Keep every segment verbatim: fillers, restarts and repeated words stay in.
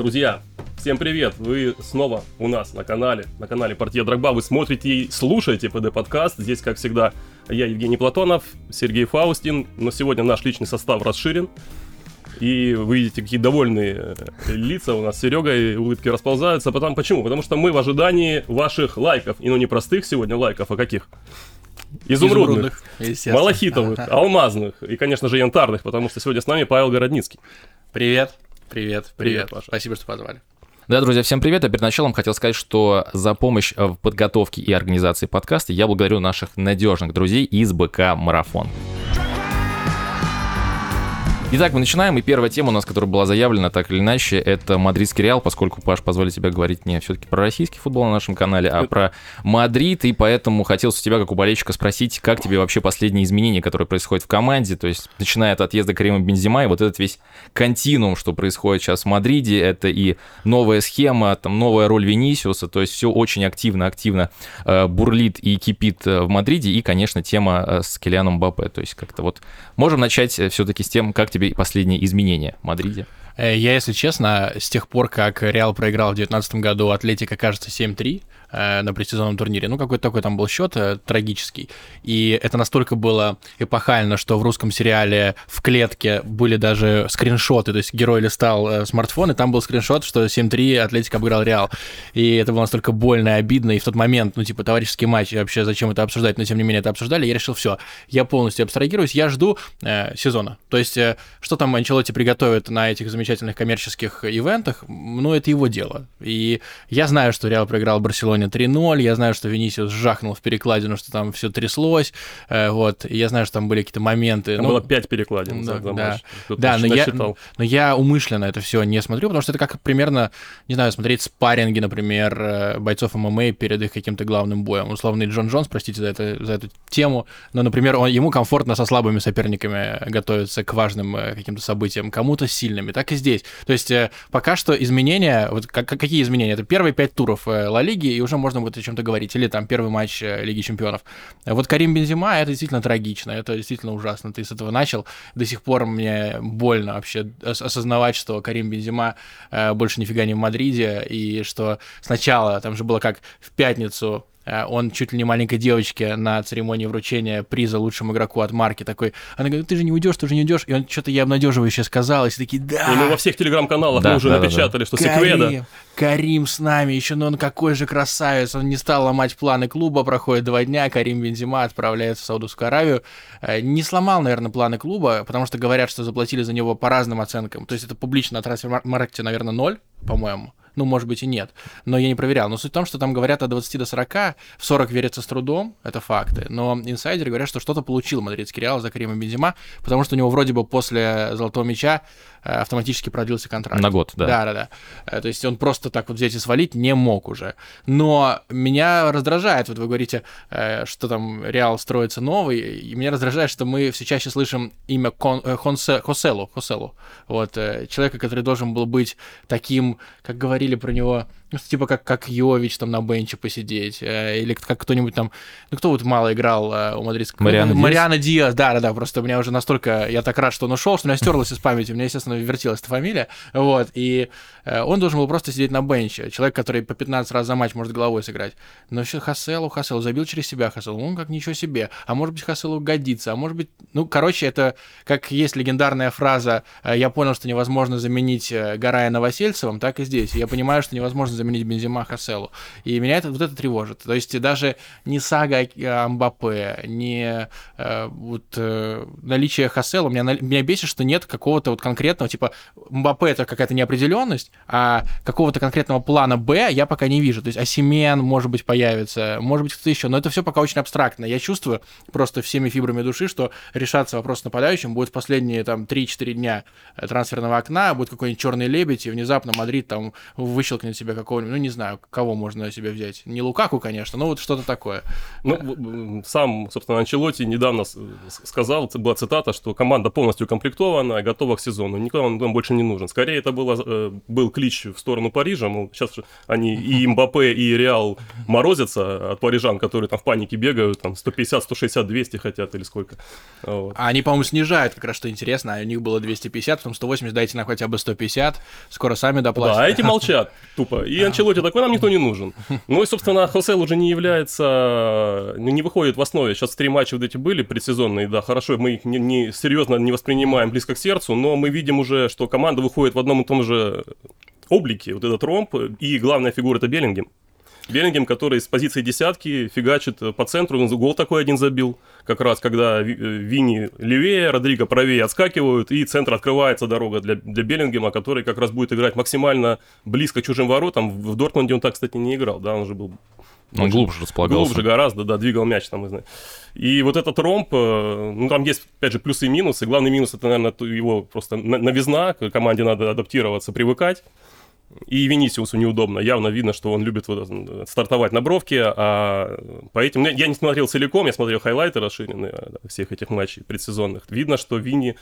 Друзья, всем привет! Вы снова у нас на канале, на канале Партия Дрогба. Вы смотрите и слушаете ПД подкаст. Здесь, как всегда, я, Евгений Платонов, Сергей Фаустин. Но сегодня наш личный состав расширен. И вы видите, какие довольные лица у нас с Серегой, улыбки расползаются. Потому, почему? Потому что мы в ожидании ваших лайков. И ну не простых сегодня лайков, а каких? Изумрудных, Изумрудных малахитовых, алмазных и, конечно же, янтарных, потому что сегодня с нами Павел Городницкий. Привет, привет, привет, привет Паша. Спасибо, что позвали. Да, друзья, всем привет. А перед началом хотел сказать, что за помощь в подготовке и организации подкаста я благодарю наших надежных друзей из БК «Марафон». Итак, мы начинаем, и первая тема у нас, которая была заявлена так или иначе, это мадридский Реал, поскольку, Паш, позволит тебе говорить не все-таки про российский футбол на нашем канале, а про Мадрид, и поэтому хотелось у тебя, как у болельщика, спросить, как тебе вообще последние изменения, которые происходят в команде, то есть, начиная от отъезда Карима Бензема, и вот этот весь континуум, что происходит сейчас в Мадриде, это и новая схема, там, новая роль Винисиуса, то есть, все очень активно-активно э, бурлит и кипит в Мадриде, и, конечно, тема э, с Килианом Мбаппе, то есть, как-то вот можем начать все-таки с тем, как тебе последние изменения в Мадриде? Я, если честно, с тех пор, как Реал проиграл в девятнадцатом году Атлетико, кажется, семь три э, на предсезонном турнире, ну, какой-то такой там был счет э, трагический, и это настолько было эпохально, что в русском сериале в клетке были даже скриншоты, то есть герой листал э, смартфон, и там был скриншот, что семь три Атлетико обыграл Реал, и это было настолько больно и обидно, и в тот момент, ну, типа, товарищеский матч, и вообще зачем это обсуждать, но тем не менее это обсуждали, я решил, все, я полностью абстрагируюсь, я жду э, сезона, то есть э, что там Анчелотти приготовит на этих замечательных замечательных коммерческих ивентах, ну, это его дело. И я знаю, что Реал проиграл Барселоне три ноль, я знаю, что Винисиус жахнул в перекладину, что там все тряслось, вот, и я знаю, что там были какие-то моменты. Там ну, было пять перекладин да, за, за да, матч. да, но я, но я умышленно это все не смотрю, потому что это как примерно, не знаю, смотреть спарринги, например, бойцов ММА перед их каким-то главным боем. Условный Джон Джонс, простите за, это, за эту тему, но, например, он, ему комфортно со слабыми соперниками готовиться к важным каким-то событиям, кому-то сильными, так и здесь. То есть пока что изменения, вот как, какие изменения? Это первые пять туров Ла Лиги, и уже можно будет о чем-то говорить, или там первый матч Лиги Чемпионов. Вот Карим Бензема, это действительно трагично, это действительно ужасно. Ты с этого начал, до сих пор мне больно вообще осознавать, что Карим Бензема больше нифига не в Мадриде, и что сначала, там же было как в пятницу, он чуть ли не маленькой девочке на церемонии вручения приза лучшему игроку от марки такой, она говорит, ты же не уйдешь, ты же не уйдешь, и он что-то ей обнадеживающе сказал, и все такие, да. И мы во всех телеграм-каналах да, мы уже да, напечатали, да, что Карим, Секведа. Карим с нами, еще, ну он какой же красавец, он не стал ломать планы клуба, проходит два дня, Карим Бензема отправляется в Саудовскую Аравию, не сломал, наверное, планы клуба, потому что говорят, что заплатили за него по разным оценкам, то есть это публично на трансфер-маркете, наверное, ноль, по-моему. Ну, может быть, и нет. Но я не проверял. Но суть в том, что там говорят от двадцати до сорока, в сорок верится с трудом, это факты. Но инсайдеры говорят, что что-то получил мадридский Реал за Карима Бензема, потому что у него вроде бы после золотого мяча автоматически продлился контракт. На год, да. Да-да-да. То есть он просто так вот взять и свалить не мог уже. Но меня раздражает, вот вы говорите, что там Реал строится новый, и меня раздражает, что мы все чаще слышим имя Кон, Хонсе, Хоселу, Хоселу. Вот, человека, который должен был быть таким, как говорили про него, ну, типа как, как Йович там на бенче посидеть, э, или как кто-нибудь там, ну, кто вот мало играл э, у мадридского... Мариано Диас. Мариано Диас, да-да-да, просто у меня уже настолько, я так рад, что он ушел, что у меня стерлась из памяти, у меня, естественно, вертелась эта фамилия, вот, и э, он должен был просто сидеть на бенче, человек, который по пятнадцать раз за матч может головой сыграть, но еще Хоселу, Хоселу, забил через себя Хоселу, он как ничего себе, а может быть Хоселу годится, а может быть, ну, короче, это как есть легендарная фраза, я понял, что невозможно заменить Гарая Новосельцевым, так и здесь, я понимаю, что невозможно заменить Бензема Хоселу. И меня это, вот это тревожит. То есть даже не сага о Мбаппе, не э, вот, э, наличие Хоселу, меня, меня бесит, что нет какого-то вот конкретного, типа Мбаппе это какая-то неопределенность, а какого-то конкретного плана Б я пока не вижу. То есть Осимен, может быть, появится, может быть, кто-то еще, но это все пока очень абстрактно. Я чувствую просто всеми фибрами души, что решаться вопрос с нападающим будет в последние там три-четыре дня трансферного окна, будет какой-нибудь черный лебедь, и внезапно Мадрид там выщелкнет себе какой какого-нибудь, ну, не знаю, кого можно себе взять. Не Лукаку, конечно, но вот что-то такое. Ну, сам, собственно, Анчелотти недавно сказал, была цитата, что команда полностью укомплектована, готова к сезону, никто он нам больше не нужен. Скорее, это было, был клич в сторону Парижа, мол, сейчас они и Мбаппе, и Реал морозятся от парижан, которые там в панике бегают, там сто пятьдесят, сто шестьдесят, двести хотят или сколько. Вот. А они, по-моему, снижают, как раз что интересно, а у них было двести пятьдесят, потом сто восемьдесят, дайте нам хотя бы сто пятьдесят, скоро сами доплатят. Да, а эти молчат тупо. И Анчелотти такой, нам никто не нужен. Ну и, собственно, Хосел уже не является, не выходит в основе. Сейчас три матча вот эти были предсезонные, да, хорошо, мы их не, не, серьезно не воспринимаем близко к сердцу, но мы видим уже, что команда выходит в одном и том же облике, вот этот ромб, и главная фигура — это Беллингем. Беллингем, который с позиции десятки фигачит по центру, он гол такой один забил, как раз когда Винни левее, Родриго правее отскакивают, и центр открывается дорога для, для Беллингема, который как раз будет играть максимально близко к чужим воротам. В Дортмунде он так, кстати, не играл, да, он уже был... Он глубже располагался. Глубже гораздо, да, двигал мяч там, знаю. И вот этот ромб, ну, там есть, опять же, плюсы и минусы. Главный минус — это, наверное, его просто новизна, к команде надо адаптироваться, привыкать. И Винисиусу неудобно. Явно видно, что он любит вот стартовать на бровке. А по этим... Я не смотрел целиком, я смотрел хайлайты расширенные всех этих матчей предсезонных. Видно, что Винни,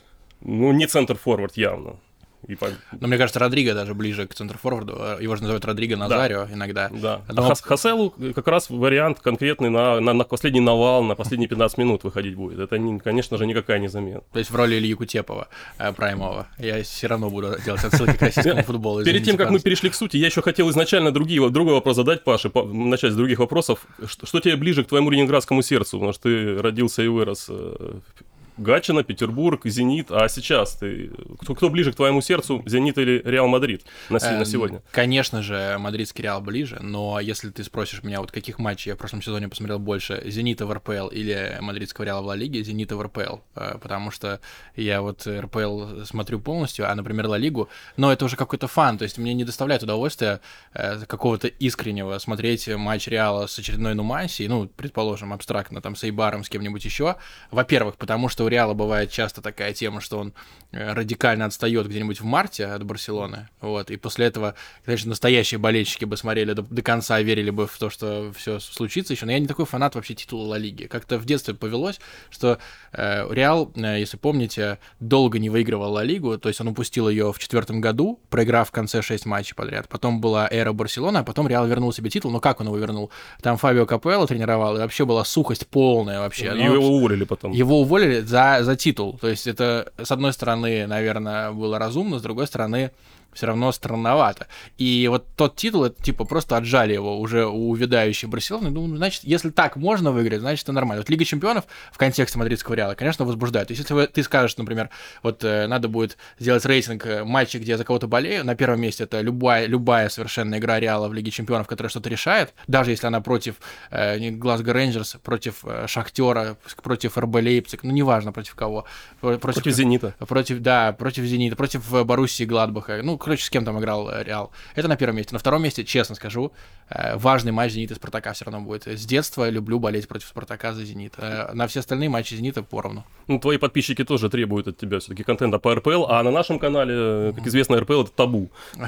ну, не центр-форвард явно. И по... Но мне кажется, Родриго даже ближе к центр-форварду. Его же называют Родриго Назарио, да, иногда. Да. Но... А Хоселу как раз вариант конкретный на, на, на последний навал, на последние пятнадцать минут выходить будет. Это, не, конечно же, никакая не замена. То есть в роли Ильи Кутепова, э, праймового. Я все равно буду делать отсылки к российскому футболу. Перед тем, как мы перешли к сути, я еще хотел изначально другие, другой вопрос задать, Паше, начать с других вопросов. Что, что тебе ближе к твоему ленинградскому сердцу? Потому что ты родился и вырос в Гатчина, Петербург, Зенит, а сейчас ты кто, кто ближе к твоему сердцу, Зенит или Реал Мадрид на, э, на сегодня? Конечно же, мадридский Реал ближе, но если ты спросишь меня, вот каких матчей я в прошлом сезоне посмотрел больше, Зенита в эр пэ эл или мадридского Реала в Ла Лиге, Зенита в эр пэ эл, потому что я вот эр пэ эл смотрю полностью, а, например, Ла Лигу, но это уже какой-то фан, то есть мне не доставляет удовольствия какого-то искреннего смотреть матч Реала с очередной Нумансией, ну, предположим, абстрактно, там, с Эйбаром, с кем-нибудь еще, во-первых, потому что у Реала бывает часто такая тема, что он радикально отстает где-нибудь в марте от Барселоны, вот, и после этого, конечно, настоящие болельщики бы смотрели до, до конца, верили бы в то, что все случится еще, но я не такой фанат вообще титула Ла Лиги. Как-то в детстве повелось, что э, Реал, э, если помните, долго не выигрывал Ла Лигу, то есть он упустил ее в четвертом году, проиграв в конце шесть матчей подряд, потом была эра Барселоны, а потом Реал вернул себе титул, но как он его вернул? Там Фабио Капелло тренировал, и вообще была сухость полная вообще. И его уволили потом. Его уволили за, за титул, то есть это, с одной стороны, наверное, было разумно, с другой стороны, все равно странновато. И вот тот титул, это типа просто отжали его уже у увядающей Барселоны. Думаю, значит, если так можно выиграть, значит, это нормально. Вот Лига Чемпионов в контексте мадридского Реала, конечно, возбуждает. То есть если ты скажешь, например, вот э, надо будет сделать рейтинг матчей, где я за кого-то болею, на первом месте это любая, любая совершенно игра Реала в Лиге Чемпионов, которая что-то решает, даже если она против э, Глазго Рейнджерс, против э, Шахтера, против эр бэ Лейпциг, ну, неважно против кого. Против, против Зенита. Против, да, против Зенита, против Боруссии Гладбаха. Ну, короче, с кем там играл Реал. Это на первом месте. На втором месте, честно скажу, важный матч Зенита и Спартака все равно будет. С детства люблю болеть против Спартака за Зенит. На все остальные матчи Зенита поровну. Ну, твои подписчики тоже требуют от тебя все-таки контента по эр пэ эл, а на нашем канале, как известно, эр пэ эл — это табу.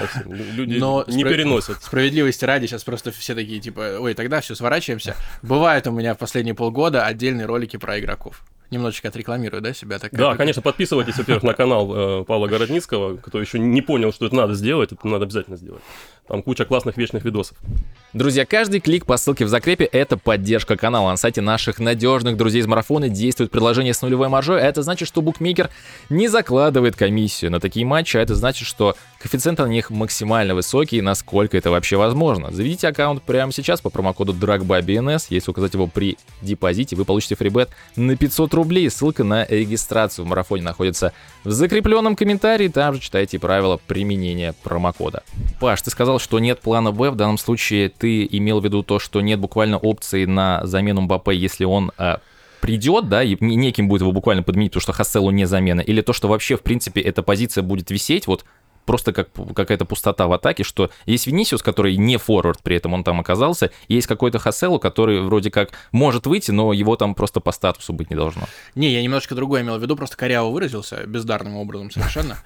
Люди Но не спро... переносят. Справедливости ради, сейчас просто все такие, типа, ой, тогда все, сворачиваемся. Бывает у меня в последние полгода отдельные ролики про игроков. Немножечко отрекламирую, да, себя? Так, да, как... конечно, подписывайтесь, во-первых, на канал э, Павла Городницкого, кто еще не понял, что это надо сделать, это надо обязательно сделать. Там куча классных вечных видосов. Друзья, каждый клик по ссылке в закрепе — это поддержка канала. На сайте наших надежных друзей из марафона действует приложение с нулевой маржой, а это значит, что букмекер не закладывает комиссию на такие матчи, а это значит, что коэффициент на них максимально высокий, насколько это вообще возможно. Заведите аккаунт прямо сейчас по промокоду DRAGBA.BNS. Если указать его при депозите, вы получите фрибет на пятьсот рублей. Ссылка на регистрацию в марафоне находится в закрепленном комментарии. Там же читайте правила применения промокода. Паш, ты сказал, что нет плана Б. В данном случае ты имел в виду то, что нет буквально опции на замену Мбаппе, если он а, придет, да, и неким будет его буквально подменить, потому что Хоселу не замена, или то, что вообще, в принципе, эта позиция будет висеть, вот просто как какая-то пустота в атаке, что есть Винисиус, который не форвард, при этом он там оказался, и есть какой-то Хоселу, который вроде как может выйти, но его там просто по статусу быть не должно. Не, я немножечко другое имел в виду, просто коряво выразился, бездарным образом совершенно.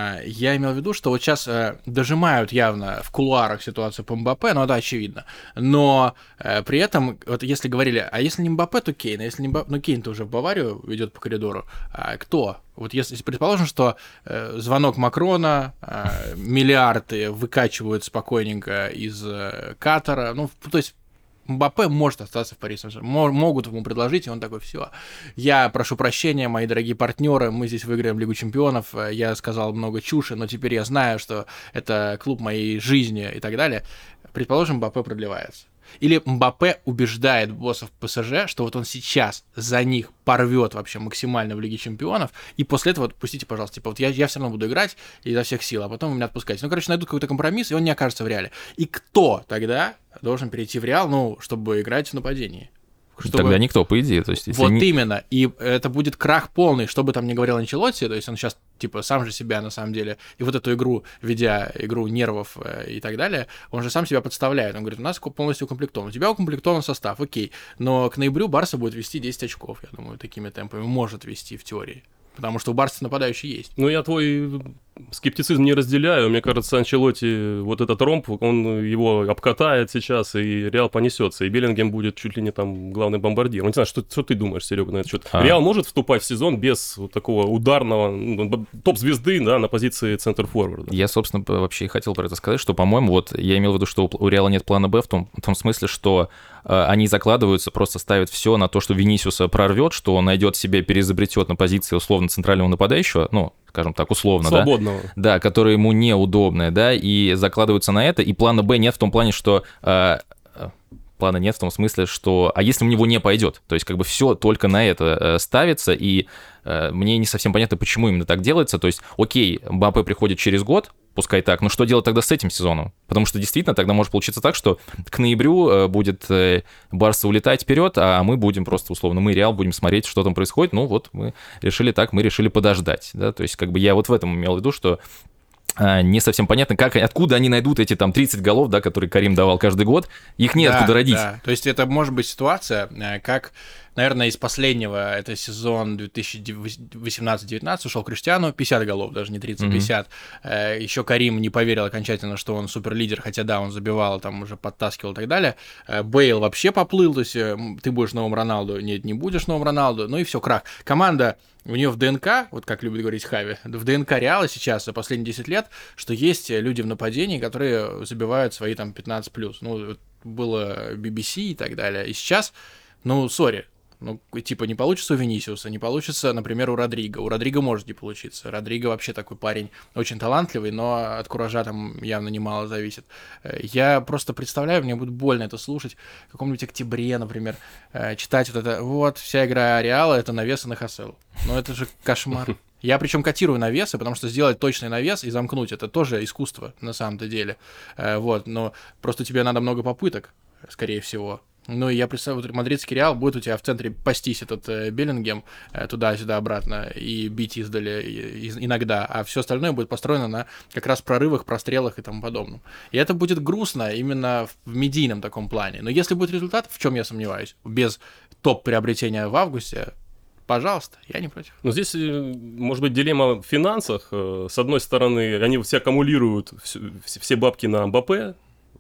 Я имел в виду, что вот сейчас дожимают явно в кулуарах ситуацию по Мбаппе, ну это очевидно, но при этом, вот если говорили, а если не Мбаппе, то Кейн, а если не Мбаппе, ну Кейн-то уже в Баварию идет по коридору, а кто? Вот если предположим, что э, звонок Макрона, э, миллиарды выкачивают спокойненько из э, Катара, ну, то есть Мбаппе может остаться в Пари Сен-Жермен, могут ему предложить, и он такой, все, я прошу прощения, мои дорогие партнеры, мы здесь выиграем Лигу Чемпионов, я сказал много чуши, но теперь я знаю, что это клуб моей жизни и так далее. Предположим, Мбаппе продлевается. Или Мбаппе убеждает боссов ПСЖ, что вот он сейчас за них порвет вообще максимально в Лиге Чемпионов, и после этого пустите, пожалуйста, типа, вот я, я все равно буду играть изо всех сил, а потом вы меня отпускаете. Ну, короче, найдут какой-то компромисс, и он не окажется в Реале. И кто тогда должен перейти в Реал, ну, чтобы играть в нападении? Чтобы... Тогда никто, по идее. То есть, если вот не... именно. И это будет крах полный, что бы там ни говорил Анчелотти, то есть он сейчас, типа, сам же себя, на самом деле, и вот эту игру, ведя игру нервов и так далее, он же сам себя подставляет. Он говорит, у нас полностью укомплектован. У тебя укомплектован состав, окей, но к ноябрю Барса будет вести десять очков, я думаю, такими темпами. Может вести в теории. Потому что у Барса нападающий есть. Ну, я твой скептицизм не разделяю. Мне кажется, Анчелотти, вот этот ромб, он его обкатает сейчас, и Реал понесется. И Беллингем будет чуть ли не там главный бомбардир. Ну, не знаю, что, что ты думаешь, Серега, на этот счет? А. Реал может вступать в сезон без вот такого ударного ну, топ-звезды, да, на позиции центр-форварда? Я, собственно, вообще и хотел про это сказать, что, по-моему, вот я имел в виду, что у Реала нет плана Б в том, в том смысле, что э, они закладываются, просто ставят все на то, что Винисиуса прорвет, что он найдет себе, переизобретет на позиции условно центрального нападающего, ну, скажем так, условно, свободного. Да? Да, которое ему неудобное, да, и закладываются на это, и плана Б нет в том плане, что... Э, плана нет в том смысле, что... А если у него не пойдет? То есть как бы все только на это э, ставится, и э, мне не совсем понятно, почему именно так делается. То есть, окей, Мбаппе приходит через год, пускай так, но что делать тогда с этим сезоном? Потому что действительно тогда может получиться так, что к ноябрю э, будет э, Барса улетать вперед, а мы будем просто, условно, мы, Реал, будем смотреть, что там происходит. Ну вот, мы решили так, мы решили подождать, да, то есть как бы я вот в этом имел в виду, что не совсем понятно, как, откуда они найдут эти там тридцать голов, да, которые Карим давал каждый год. Их неоткуда да, родить. Да. То есть это может быть ситуация, как, наверное, из последнего, это сезон две тысячи восемнадцатый девятнадцатый, ушел Криштиану, пятьдесят голов, даже не тридцать, пятьдесят. Mm-hmm. Еще Карим не поверил окончательно, что он суперлидер, хотя да, он забивал, там уже подтаскивал и так далее. Бейл вообще поплыл, то есть ты будешь новым Роналду, нет, не будешь новым Роналду, ну и все, крах. Команда... У нее в ДНК, вот как любит говорить Хави, в ДНК Реала сейчас за последние десять лет, что есть люди в нападении, которые забивают свои там пятнадцать плюс. Ну, было би би си и так далее. И сейчас, ну, сори, ну, типа, не получится у Винисиуса, не получится, например, у Родриго. У Родриго может не получиться. Родриго вообще такой парень очень талантливый, но от куража там явно немало зависит. Я просто представляю, мне будет больно это слушать. В каком-нибудь октябре, например, читать вот это. Вот, вся игра Реала — это навесы на Хоселу. Ну, это же кошмар. Я причем котирую навесы, потому что сделать точный навес и замкнуть — это тоже искусство на самом-то деле. Вот, но просто тебе надо много попыток, скорее всего. Ну, и я представляю, вот мадридский Реал будет у тебя в центре пастись этот э, Беллингем э, туда-сюда обратно и бить издали и, и, иногда, а все остальное будет построено на как раз прорывах, прострелах и тому подобном. И это будет грустно именно в медийном таком плане. Но если будет результат, в чем я сомневаюсь, без топ-приобретения в августе, пожалуйста, я не против. Но здесь, может быть, дилемма в финансах. С одной стороны, они все аккумулируют все бабки на Мбаппе,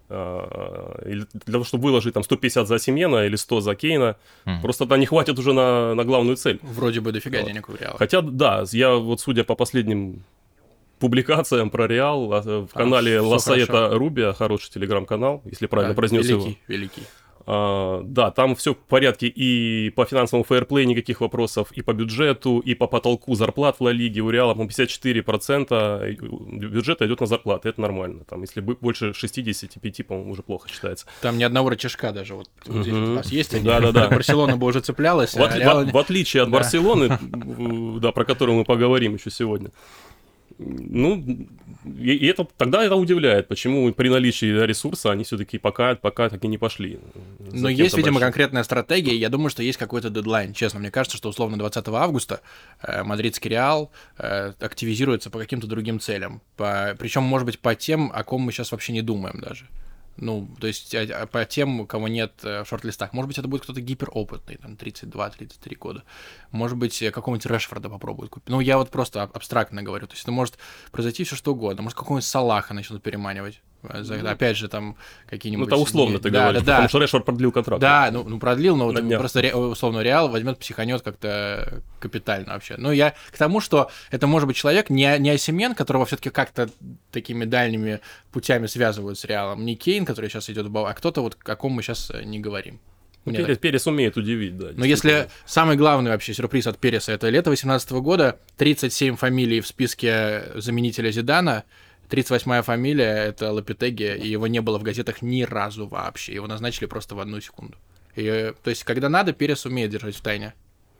для того, чтобы выложить там сто пятьдесят за Осимена или сто за Кейна, mm. просто тогда не хватит уже на, на главную цель. Вроде бы дофига вот. денег у Реала. Хотя, да, я вот судя по последним публикациям про Реал, в канале а, Ласаета Рубиа, хороший телеграм-канал, если правильно а, произнес великий, его. Великий, великий. Uh, да, там все в порядке и по финансовому фейерплею никаких вопросов, и по бюджету, и по потолку зарплат в Ла Лиге. У Реала, по-моему, пятьдесят четыре процента бюджета идет на зарплаты, это нормально. Там, если больше шестьдесят пять, по-моему, уже плохо считается. Там ни одного рычажка даже вот, вот uh-huh. здесь у нас есть. Они, да, да, да. Барселона бы уже цеплялась. В, а Реал... в, в отличие от да. Барселоны, да, про которую мы поговорим еще сегодня. Ну, и, и это тогда это удивляет, почему при наличии ресурса они все-таки пока, пока так и не пошли. Но есть, видимо, большим. конкретная стратегия. Я думаю, что есть какой-то дедлайн. Честно, мне кажется, что условно двадцатого августа э, мадридский Реал э, активизируется по каким-то другим целям. По, причем, может быть, по тем, о ком мы сейчас вообще не думаем даже. Ну, то есть а, по тем, у кого нет в шорт-листах. Может быть, это будет кто-то гиперопытный, там, тридцать два тридцать три года. Может быть, какого-нибудь Решфорда попробуют купить. Ну, я вот просто абстрактно говорю. То есть это может произойти все что угодно. Может, какого-нибудь Салаха начнут переманивать. За, ну, опять же, там какие-нибудь... Ну, это условно ты да, говоришь, да, потому да. что Решфорд продлил контракт. Да, ну, ну продлил, но вот просто ре, условно Реал возьмет, психанет как-то капитально вообще. Ну, я к тому, что это может быть человек, не, не Осимен, которого все-таки как-то такими дальними путями связывают с Реалом, не Кейн, который сейчас идет в бал, а кто-то, вот о ком мы сейчас не говорим. Ну, Перес, так... Перес умеет удивить, да. Но если самый главный вообще сюрприз от Переса — это лето восемнадцатого года, тридцать семь фамилий в списке заменителя Зидана, тридцать восьмая фамилия — это Лопетеги, и его не было в газетах ни разу вообще. Его назначили просто в одну секунду. И, то есть, когда надо, Перес умеет держать в тайне.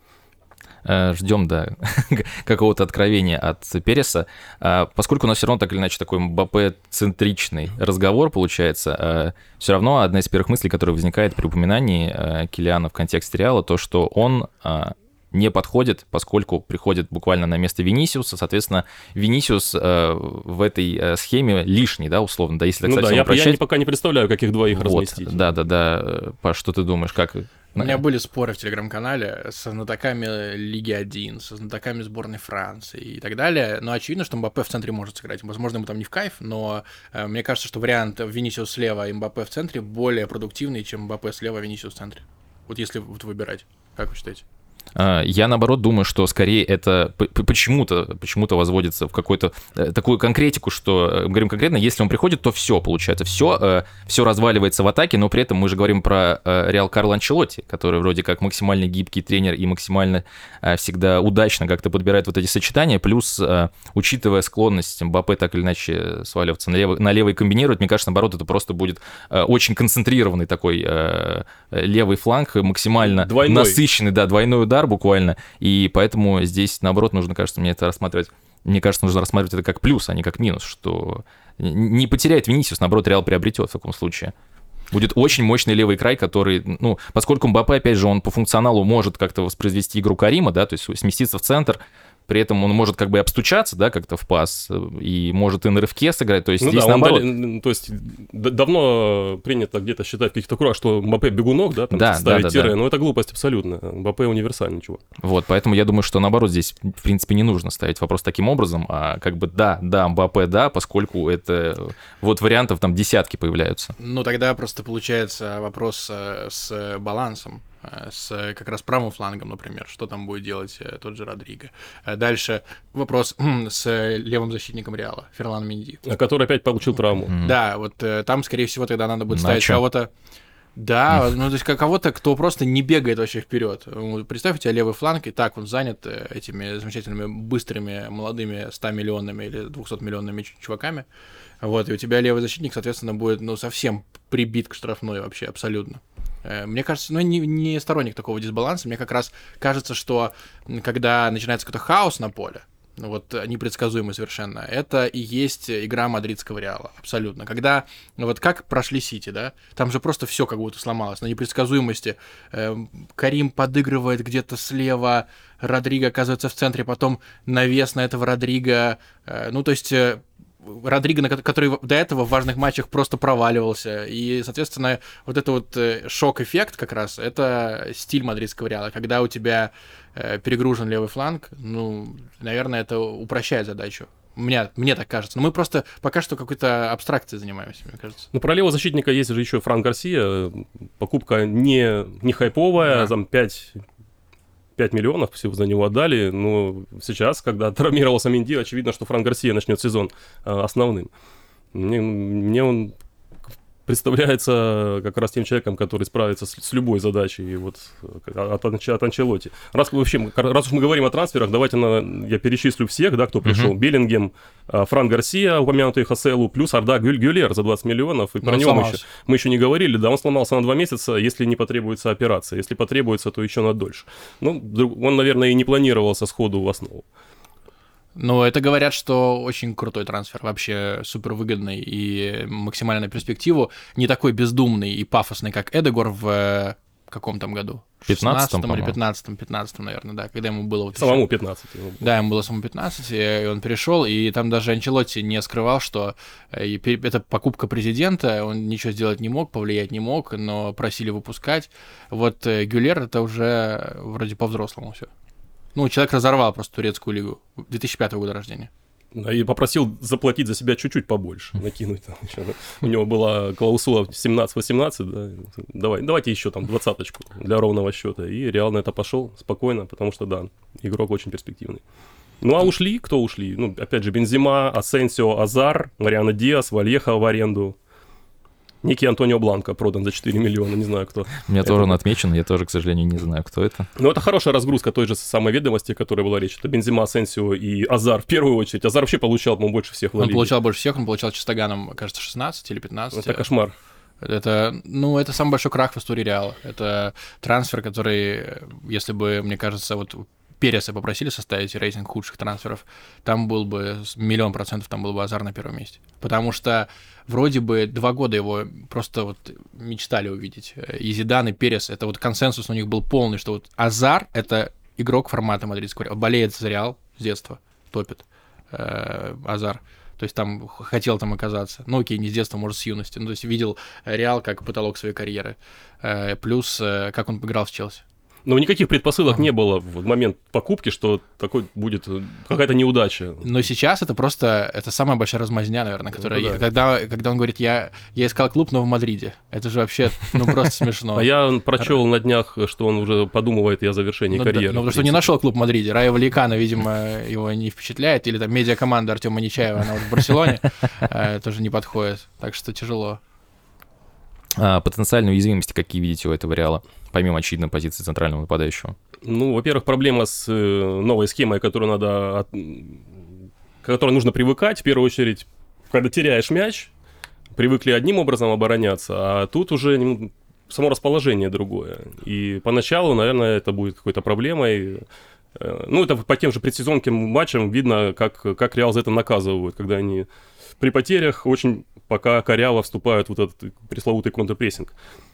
Ждем, да, какого-то откровения от Переса. Поскольку у нас все равно так или иначе такой Мбаппе-центричный разговор получается, все равно одна из первых мыслей, которая возникает при упоминании Килиана в контексте Реала, то, что он... не подходит, поскольку приходит буквально на место Винисиуса, соответственно, Винисиус э, в этой э, схеме лишний, да, условно, да, если так ну совсем да, я, упрощать. я пока не представляю, как их двоих вот, разместить. Да-да-да, Паш, что ты думаешь, как... У меня были споры в Телеграм-канале со знатоками Лиги один, со знатоками сборной Франции и так далее, но очевидно, что Мбаппе в центре может сыграть. Возможно, ему там не в кайф, но э, мне кажется, что вариант Винисиус слева и Мбаппе в центре более продуктивный, чем Мбаппе слева, Винисиус в центре. Вот если вот выбирать, как вы считаете? Я, наоборот, думаю, что скорее это почему-то, почему-то возводится в какую-то такую конкретику, что, говорим конкретно, если он приходит, то все получается, все, все разваливается в атаке, но при этом мы же говорим про Реал Карло Анчелотти, который вроде как максимально гибкий тренер и максимально всегда удачно как-то подбирает вот эти сочетания, плюс, учитывая склонность Мбаппе так или иначе сваливаться налево, налево и комбинировать, мне кажется, наоборот, это просто будет очень концентрированный такой левый фланг, максимально двойной. насыщенный, да, двойной удар буквально, и поэтому здесь, наоборот, нужно, кажется, мне это рассматривать, мне кажется, нужно рассматривать это как плюс, а не как минус, что не потеряет Винисиус, наоборот, Реал приобретет в таком случае. Будет очень мощный левый край, который, ну, поскольку Мбаппе, опять же, он по функционалу может как-то воспроизвести игру Карима, да, то есть сместиться в центр, при этом он может как бы обстучаться, да, как-то в пас, и может и на рывке сыграть, то есть ну здесь да, наоборот. Дали, то есть давно принято где-то считать в каких-то кругах, что Мбаппе бегунок, да, там да, ставить да, да, тире, да. но это глупость абсолютно. Мбаппе универсальный чувак. Вот, поэтому я думаю, что наоборот здесь, в принципе, не нужно ставить вопрос таким образом, а как бы да, да, Мбаппе, да, поскольку это вот вариантов там десятки появляются. Ну тогда просто получается вопрос с балансом. С как раз правым флангом, например, что там будет делать тот же Родриго. Дальше вопрос с левым защитником Реала, Ферлан Менди. Который опять получил травму. Mm. Да, вот там, скорее всего, тогда надо будет ставить Начо. кого-то... Да, ну то есть кого-то, кто просто не бегает вообще вперед. Представь, у тебя левый фланг, и так он занят этими замечательными, быстрыми, молодыми ста-миллионными или двухсотмиллионными чуваками. Вот, и у тебя левый защитник, соответственно, будет, ну, совсем прибит к штрафной вообще, абсолютно. Мне кажется, ну, я не, не сторонник такого дисбаланса. Мне как раз кажется, что когда начинается какой-то хаос на поле, вот непредсказуемый совершенно, это и есть игра мадридского Реала, абсолютно. Когда, вот как прошли Сити, да, там же просто все как будто сломалось на непредсказуемости. Карим подыгрывает где-то слева, Родриго оказывается в центре, потом навес на этого Родриго, ну, то есть... Родриго, который до этого в важных матчах просто проваливался. И, соответственно, вот это вот шок-эффект как раз, это стиль мадридского Реала. Когда у тебя перегружен левый фланг, ну, наверное, это упрощает задачу. Мне, мне так кажется. Но мы просто пока что какой-то абстракцией занимаемся, мне кажется. Ну, про левого защитника есть же еще Фран Гарсия. Покупка не, не хайповая, да. Там пять... пять миллионов всего за него отдали, но сейчас, когда травмировался Менди, очевидно, что Фран Гарсия начнет сезон основным. Мне, мне он представляется как раз тем человеком, который справится с, с любой задачей вот, от, от Анчелотти. Раз, вообще, раз уж мы говорим о трансферах, давайте на, я перечислю всех, да, кто пришел. Uh-huh. Беллингем, Фран Гарсия, упомянутый Хоселу, плюс Арда Гюль Гюлер за двадцать миллионов. И про него мы еще, мы еще не говорили. Да, он сломался на два месяца, если не потребуется операция. Если потребуется, то еще на дольше. Ну, он, наверное, и не планировался сходу в основу. Ну, это говорят, что очень крутой трансфер, вообще супер выгодный и максимально на перспективу, не такой бездумный и пафосный, как Эдегор в каком там году? пятнадцатом, или пятнадцатом, пятнадцатом, наверное, да, когда ему было... Вот самому еще... пятнадцать. Да, ему было самому пятнадцать, и он перешел, и там даже Анчелотти не скрывал, что это покупка президента, он ничего сделать не мог, повлиять не мог, но просили выпускать. Вот Гюлер это уже вроде по-взрослому все. Ну, человек разорвал просто турецкую лигу. две тысячи пятого года рождения. И попросил заплатить за себя чуть-чуть побольше, накинуть. Там еще. У него была клаусула семнадцать-восемнадцать, да. Давай, давайте еще там двадцаточку для ровного счета. И Реал на это пошел спокойно, потому что, да, игрок очень перспективный. Ну, а ушли, кто ушли? Ну, опять же, Бензема, Асенсио, Азар, Мариано Диас, Вальеха в аренду. Некий Антонио Бланко продан за четыре миллиона, не знаю кто. У меня тоже он отмечен, я тоже, к сожалению, не знаю, кто это. Ну, это хорошая разгрузка той же самой ведомости, о которой была речь. Это Бензема, Асенсио и Азар в первую очередь. Азар вообще получал, по-моему, больше всех в Ла Он Лиге. получал больше всех, он получал Чистоганом, кажется, шестнадцать или пятнадцать. Это кошмар. Это, ну, это самый большой крах в истории Реала. Это трансфер, который, если бы, мне кажется, вот Переса попросили составить рейтинг худших трансферов, там был бы миллион процентов, там был бы Азар на первом месте. Потому что вроде бы два года его просто вот мечтали увидеть. И Зидан, и Перес, это вот консенсус у них был полный, что вот Азар — это игрок формата мадридского Реала. Болеет за Реал с детства, топит э, Азар. То есть там хотел там оказаться. Ну, окей, не с детства, может, с юности. Ну, то есть видел Реал как потолок своей карьеры. Э, плюс, э, как он играл в Челси. Но никаких предпосылок не было в момент покупки, что такой будет какая-то неудача. Но сейчас это просто, это самая большая размазня, наверное, которая... Ну, да. когда, когда он говорит, я, я искал клуб, но в Мадриде. Это же вообще, ну, просто смешно. А я прочел на днях, что он уже подумывает и о завершении ну, карьеры. Да, ну, потому что не нашел клуб в Мадриде. Райо Валикано, видимо, его не впечатляет. Или там медиакоманда Артема Нечаева, она вот в Барселоне, тоже не подходит. Так что тяжело. А потенциальные уязвимости какие видите у этого Реала, помимо очевидной позиции центрального нападающего? Ну, во-первых, проблема с новой схемой, которую надо, к которой нужно привыкать. В первую очередь, когда теряешь мяч, привыкли одним образом обороняться, а тут уже ну, само расположение другое. И поначалу, наверное, это будет какой-то проблемой. Ну, это по тем же предсезонным матчам видно, как, как Реал за это наказывают, когда они при потерях очень пока коряво вступают в вот этот пресловутый контрпрессинг.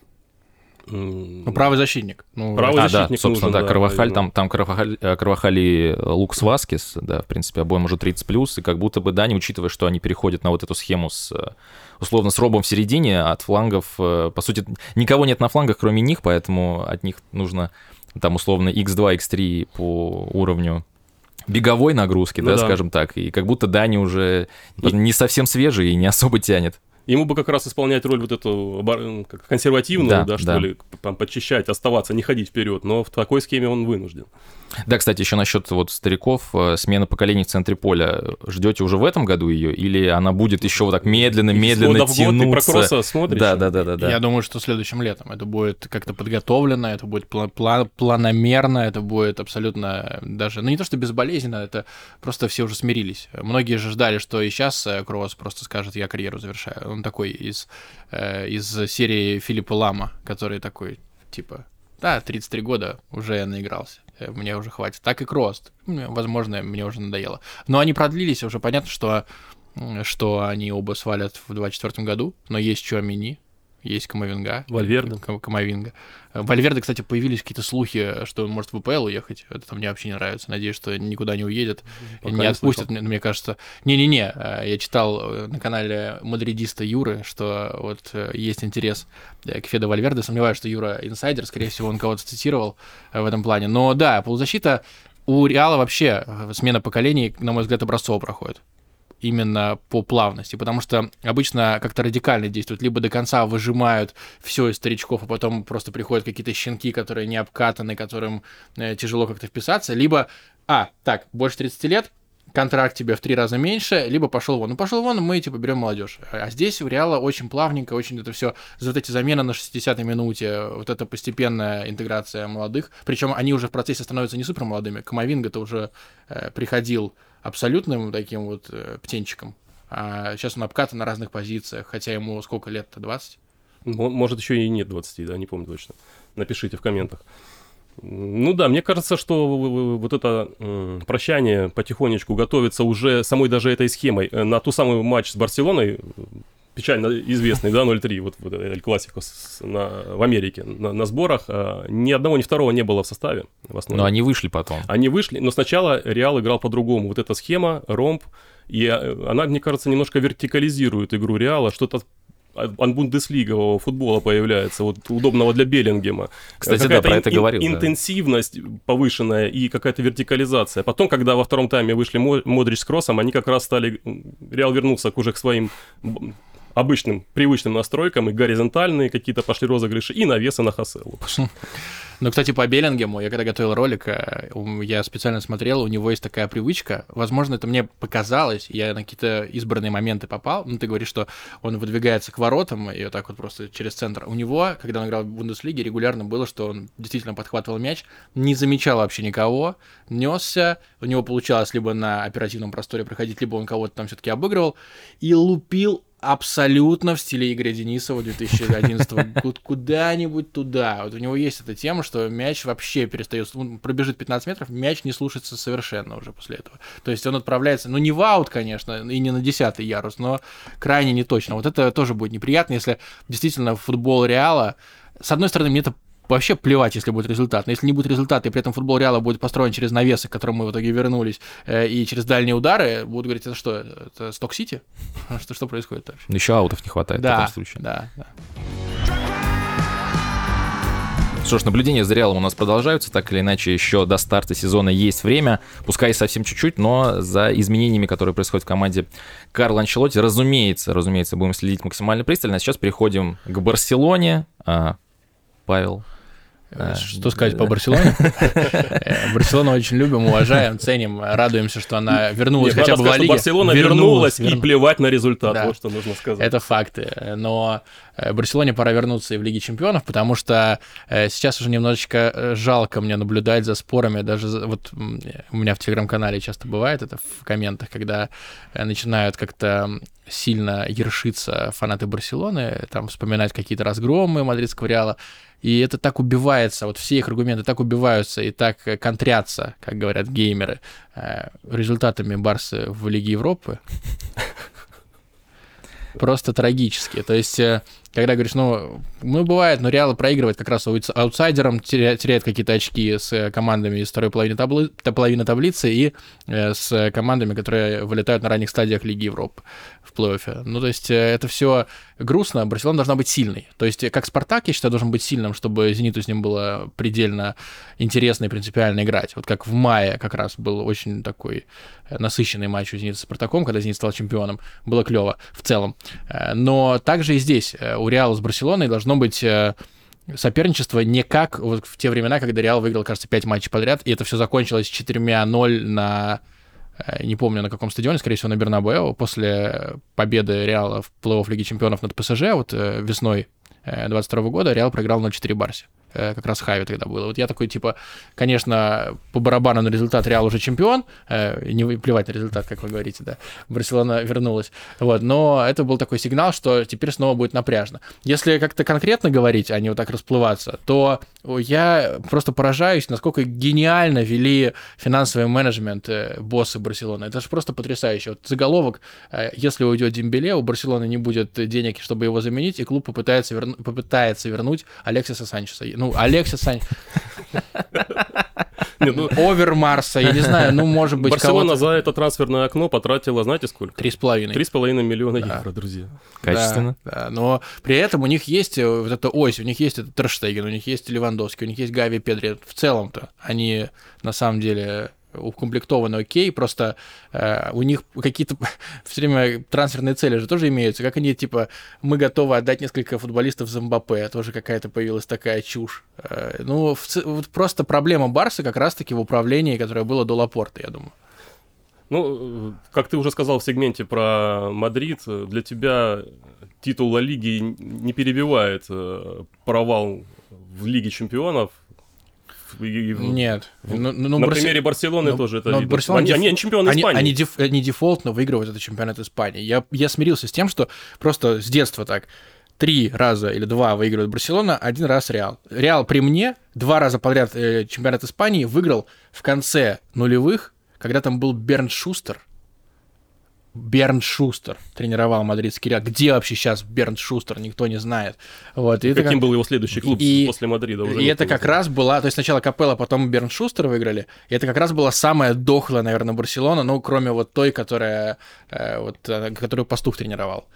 Ну, правый защитник. Ну, правый а, защитник да, собственно, нужен, да, да, Карвахаль, да, там, там Карвахаль, Карвахаль и Лукас Васкес, да, в принципе, обоим уже тридцать плюс, и как будто бы, да, не учитывая, что они переходят на вот эту схему с, условно, с Робом в середине, от флангов, по сути, никого нет на флангах, кроме них, поэтому от них нужно, там, условно, икс два, икс три по уровню беговой нагрузки, ну, да, да, скажем так, и как будто Дани уже и... не совсем свежий и не особо тянет. Ему бы как раз исполнять роль вот эту консервативную, да, да что да. ли, там, подчищать, оставаться, не ходить вперед, но в такой схеме он вынужден. Да, кстати, еще насчет вот стариков, смена поколений в центре поля. Ждете уже в этом году ее, или она будет еще вот так медленно-медленно медленно тянуться? Ты про Кросса смотришь? Да, да, да, да, да. Я думаю, что следующим летом это будет как-то подготовлено, это будет план- планомерно, это будет абсолютно даже, ну не то что безболезненно, это просто все уже смирились. Многие же ждали, что и сейчас Кросс просто скажет, я карьеру завершаю. Он такой из, э, из серии Филиппа Лама, который такой, типа, да, тридцать три года, уже я наигрался, мне уже хватит. Так и Кросс, возможно, мне уже надоело. Но они продлились, уже понятно, что, что они оба свалят в двадцать четвёртом году, но есть Чуамени, есть Камавинга. Вальверде. Камавинга. Вальверде, кстати, появились какие-то слухи, что он может в ВПЛ уехать. Это мне вообще не нравится. Надеюсь, что никуда не уедет. Пока не, не отпустят, мне, мне кажется. Не-не-не, я читал на канале мадридиста Юры, что вот есть интерес к Феде Вальверде. Сомневаюсь, что Юра инсайдер. Скорее всего, он кого-то цитировал в этом плане. Но да, полузащита у Реала вообще смена поколений, на мой взгляд, образцово проходит. Именно по плавности, потому что обычно как-то радикально действуют, либо до конца выжимают все из старичков, а потом просто приходят какие-то щенки, которые не обкатаны, которым э, тяжело как-то вписаться, либо, а, так, больше тридцати лет, контракт тебе в три раза меньше, либо пошел вон. Ну, пошел вон, мы, типа, берем молодежь. А здесь у Реала очень плавненько, очень это все, за вот эти замены на шестидесятой минуте, вот эта постепенная интеграция молодых, причем они уже в процессе становятся не супер молодыми. Камавинга-то уже э, приходил абсолютным таким вот э, птенчиком, а сейчас он обкатан на разных позициях, хотя ему сколько лет-то, двадцать? Может, еще и нет двадцати, да, не помню точно. Напишите в комментах. Ну да, мне кажется, что вот это м, прощание потихонечку готовится уже самой даже этой схемой на ту самую матч с Барселоной, печально известный, да, ноль три, вот, вот Эль Классико с- на- в Америке на, на сборах. а, Ни одного, ни второго не было в составе в основе. Но они вышли потом. Они вышли, но сначала Реал играл по-другому. Вот эта схема, ромб, и э, она, мне кажется, немножко вертикализирует игру Реала, что-то от бундеслигового футбола появляется, вот удобного для Беллингема. Кстати, Какая-то да, про это ин- говорил, да. интенсивность повышенная и какая-то вертикализация. Потом, когда во втором тайме вышли Мо- Модрич с Кроссом, они как раз стали... Реал вернулся к уже к своим б- обычным, привычным настройкам, и горизонтальные какие-то пошли розыгрыши, и навесы на Хоселу. Ну, кстати, по Беллингему, я когда готовил ролик, э, ум- я специально смотрел, у него есть такая привычка, возможно, это мне показалось, я на какие-то избранные моменты попал, ну, ты говоришь, что он выдвигается к воротам, и вот так вот просто через центр. У него, когда он играл в Бундеслиге, регулярно было, что он действительно подхватывал мяч, не замечал вообще никого, несся, у него получалось либо на оперативном просторе проходить, либо он кого-то там все-таки обыгрывал, и лупил абсолютно в стиле Игоря Денисова две тысячи одиннадцатого, куда-нибудь туда. Вот у него есть эта тема, что мяч вообще перестает, он пробежит пятнадцать метров, мяч не слушается совершенно уже после этого. То есть он отправляется, ну не в аут, конечно, и не на десятый ярус, но крайне неточно. Вот это тоже будет неприятно, если действительно футбол Реала, с одной стороны, мне это вообще плевать, если будет результат. Но если не будет результата, и при этом футбол Реала будет построен через навесы, к которым мы в итоге вернулись, э, и через дальние удары, будут говорить, это что, это Сток-Сити? Что, что происходит вообще? Еще аутов не хватает в Да, таком случае. да, да. Что ж, наблюдения за Реалом у нас продолжаются, так или иначе, еще до старта сезона есть время, пускай и совсем чуть-чуть, но за изменениями, которые происходят в команде Карла Анчелотти, разумеется, разумеется, будем следить максимально пристально. А сейчас переходим к Барселоне. А, Павел... Что сказать по Барселоне? Барселону очень любим, уважаем, ценим, радуемся, что она вернулась Нет, хотя бы в Ла Лиге. Барселона вернулась, и плевать на результат, Да. вот что нужно сказать. Это факты. Но э, Барселоне пора вернуться и в Лиге Чемпионов, потому что э, сейчас уже немножечко э, жалко мне наблюдать за спорами. Даже за- вот м, у меня в Телеграм-канале часто бывает это в комментах, когда э, начинают как-то сильно ершиться фанаты Барселоны, там вспоминать какие-то разгромы мадридского Реала. И это так убивается, вот все их аргументы так убиваются и так э, контрятся, как говорят геймеры, э, результатами Барсы в Лиге Европы. Просто трагически. То есть, э, когда говоришь, ну, ну, бывает, но Реал проигрывает как раз аутс- аутсайдерам, теряет, теряет какие-то очки с э, командами из второй половины, таблы, та- половины таблицы и э, с командами, которые вылетают на ранних стадиях Лиги Европы в плей-оффе. Ну, то есть, э, это все грустно. Барселона должна быть сильной. То есть, как Спартак, я считаю, должен быть сильным, чтобы Зениту с ним было предельно интересно и принципиально играть. Вот как в мае как раз был очень такой насыщенный матч у Зенита с Спартаком, когда Зенит стал чемпионом. Было клево в целом. Э, Но также и здесь э, у Реала с Барселоной должно быть э, соперничество не как вот в те времена, когда Реал выиграл, кажется, пять матчей подряд, и это все закончилось четыре ноль на, э, не помню на каком стадионе, скорее всего, на Бернабеу, после победы Реала в плей-офф Лиги Чемпионов над ПСЖ, вот э, весной э, двадцать второго года Реал проиграл ноль четыре Барсе. Э, Как раз Хави тогда было. Вот я такой, типа, конечно, по барабану на результат Реал уже чемпион, э, не вы- плевать на результат, как вы говорите, да, Барселона вернулась, вот, но это был такой сигнал, что теперь снова будет напряжно. Если как-то конкретно говорить, а не вот так расплываться, то я просто поражаюсь, насколько гениально вели финансовый менеджмент э, боссы Барселоны. Это же просто потрясающе. Вот заголовок, э, если уйдет Дембеле, у Барселоны не будет денег, чтобы его заменить, и клуб попытается, верну- попытается вернуть Алексиса Санчеса. Ну, Алексис Санчес. Не, ну, Овермарса, я не знаю, ну, может быть, Барселона кого-то... за это трансферное окно потратила, знаете, сколько? Три с половиной. Три с половиной миллиона Да. евро, друзья. Качественно. Да, да, но при этом у них есть э, вот эта ось, у них есть этот Тер Штеген, у них есть Левандовский, у них есть Гави, Педри. В целом-то они на самом деле укомплектованы окей, просто э, у них какие-то все время трансферные цели же тоже имеются. Как они, типа, мы готовы отдать несколько футболистов за Мбаппе, тоже какая-то появилась такая чушь. Э, ну, в ц- вот просто проблема Барса как раз-таки в управлении, которое было до Лапорта, я думаю. Ну, как ты уже сказал в сегменте про Мадрид, для тебя титул Ла Лиги не перебивает э, провал в Лиге Чемпионов. И- и в- Нет. в- Ну, ну, на Барсе- примере Барселоны но- тоже это но видно. Барселона Они, деф- они чемпионы Они, Испании. они, деф- они дефолтно выигрывают этот чемпионат Испании. Я, я смирился с тем, что просто с детства так. три раза или два выигрывает Барселона, один раз Реал. Реал при мне два раза подряд э, чемпионат Испании выиграл в конце нулевых, когда там был Бернт Шустер. Бернт Шустер тренировал мадридский Реал. Где вообще сейчас Бернт Шустер, никто не знает. Вот, и Каким как... был его следующий клуб и... после Мадрида? Уже и это как раз была... То есть сначала Капелло, потом Бернт Шустер выиграли. И это как раз была самая дохлая, наверное, Барселона, ну, кроме вот той, которая, э, вот, которую Пастух тренировал.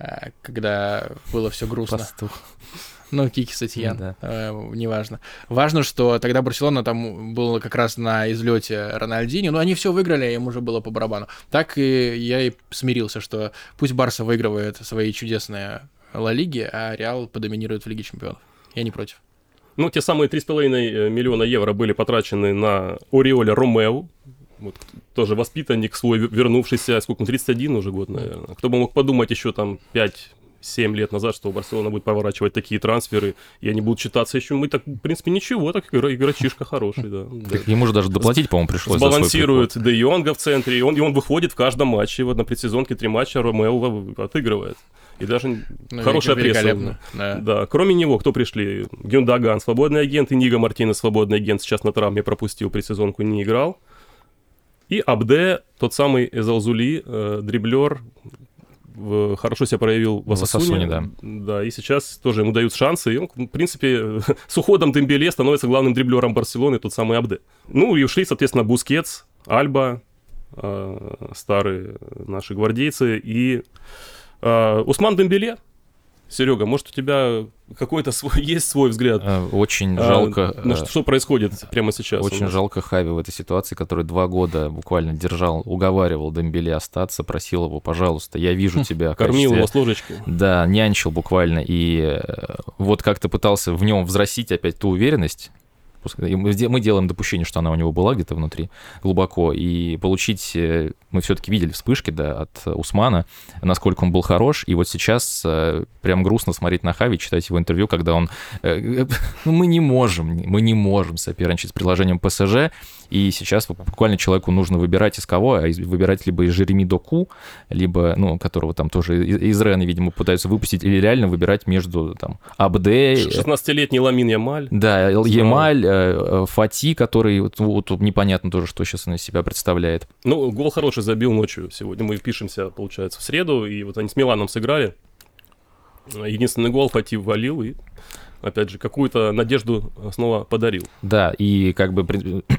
Когда было все грустно. Пастух. Ну, Кики Сетьян, да. э, неважно. Важно, что тогда Барселона там был как раз на излете Рональдинho, но они все выиграли, им уже было по барабану. Так и я и смирился, что пусть Барса выигрывает свои чудесные Ла Лиги, а Реал подоминирует в Лиге Чемпионов. Я не против. Ну, те самые три с половиной миллиона евро были потрачены на Ориоля Ромео. Вот, тоже воспитанник свой, вернувшийся, сколько, тридцать один уже год, наверное. Кто бы мог подумать еще там пять-семь лет назад, что Барселона будет поворачивать такие трансферы, и они будут считаться еще, мы так, в принципе, ничего, так игрочишка хороший, да. Так ему же даже доплатить, по-моему, пришлось. Сбалансирует Де Йонга в центре, и он, и он выходит в каждом матче, вот на предсезонке три матча Ромео отыгрывает. И даже ну, хорошая пресса. Да. да. Кроме него, кто пришли? Гюндаган, свободный агент, и Ниго Мартинес, свободный агент, сейчас на травме пропустил, предсезонку не играл. И Абде, тот самый Эзалзули, э, дриблер, в, хорошо себя проявил в Осасуне. да. Да, и сейчас тоже ему дают шансы. И он, в принципе, с уходом Дембеле становится главным дриблером Барселоны, тот самый Абде. Ну и ушли, соответственно, Бускетс, Альба, э, старые наши гвардейцы, и э, Усман Дембеле. Серега, может, у тебя какой-то свой, есть свой взгляд? Очень жалко. А, на что, что происходит прямо сейчас? Очень жалко Хави в этой ситуации, который два года буквально держал, уговаривал Дембеле остаться, просил его, пожалуйста, я вижу тебя. Кормил его с ложечки. Да, нянчил буквально. И вот как-то пытался в нем взрастить опять ту уверенность. Мы делаем допущение, что она у него была где-то внутри глубоко, и получить, мы все-таки видели вспышки, да, от Усмана, насколько он был хорош, и вот сейчас прям грустно смотреть на Хави, читать его интервью, когда он, ну, мы не можем, мы не можем соперничать с приложением ПСЖ, и сейчас буквально человеку нужно выбирать из кого, а выбирать либо из Жереми Доку, либо, ну, которого там тоже из Рены, видимо, пытаются выпустить, или реально выбирать между, там, Абде... шестнадцатилетний Ламин Ямаль. Да, Ямаль, Фати, который вот, вот непонятно тоже, что сейчас он из себя представляет. Ну, гол хороший забил ночью сегодня. Мы пишемся, получается, в среду, и вот они с Миланом сыграли. Единственный гол Фати ввалил, и, опять же, какую-то надежду снова подарил. Да, и как бы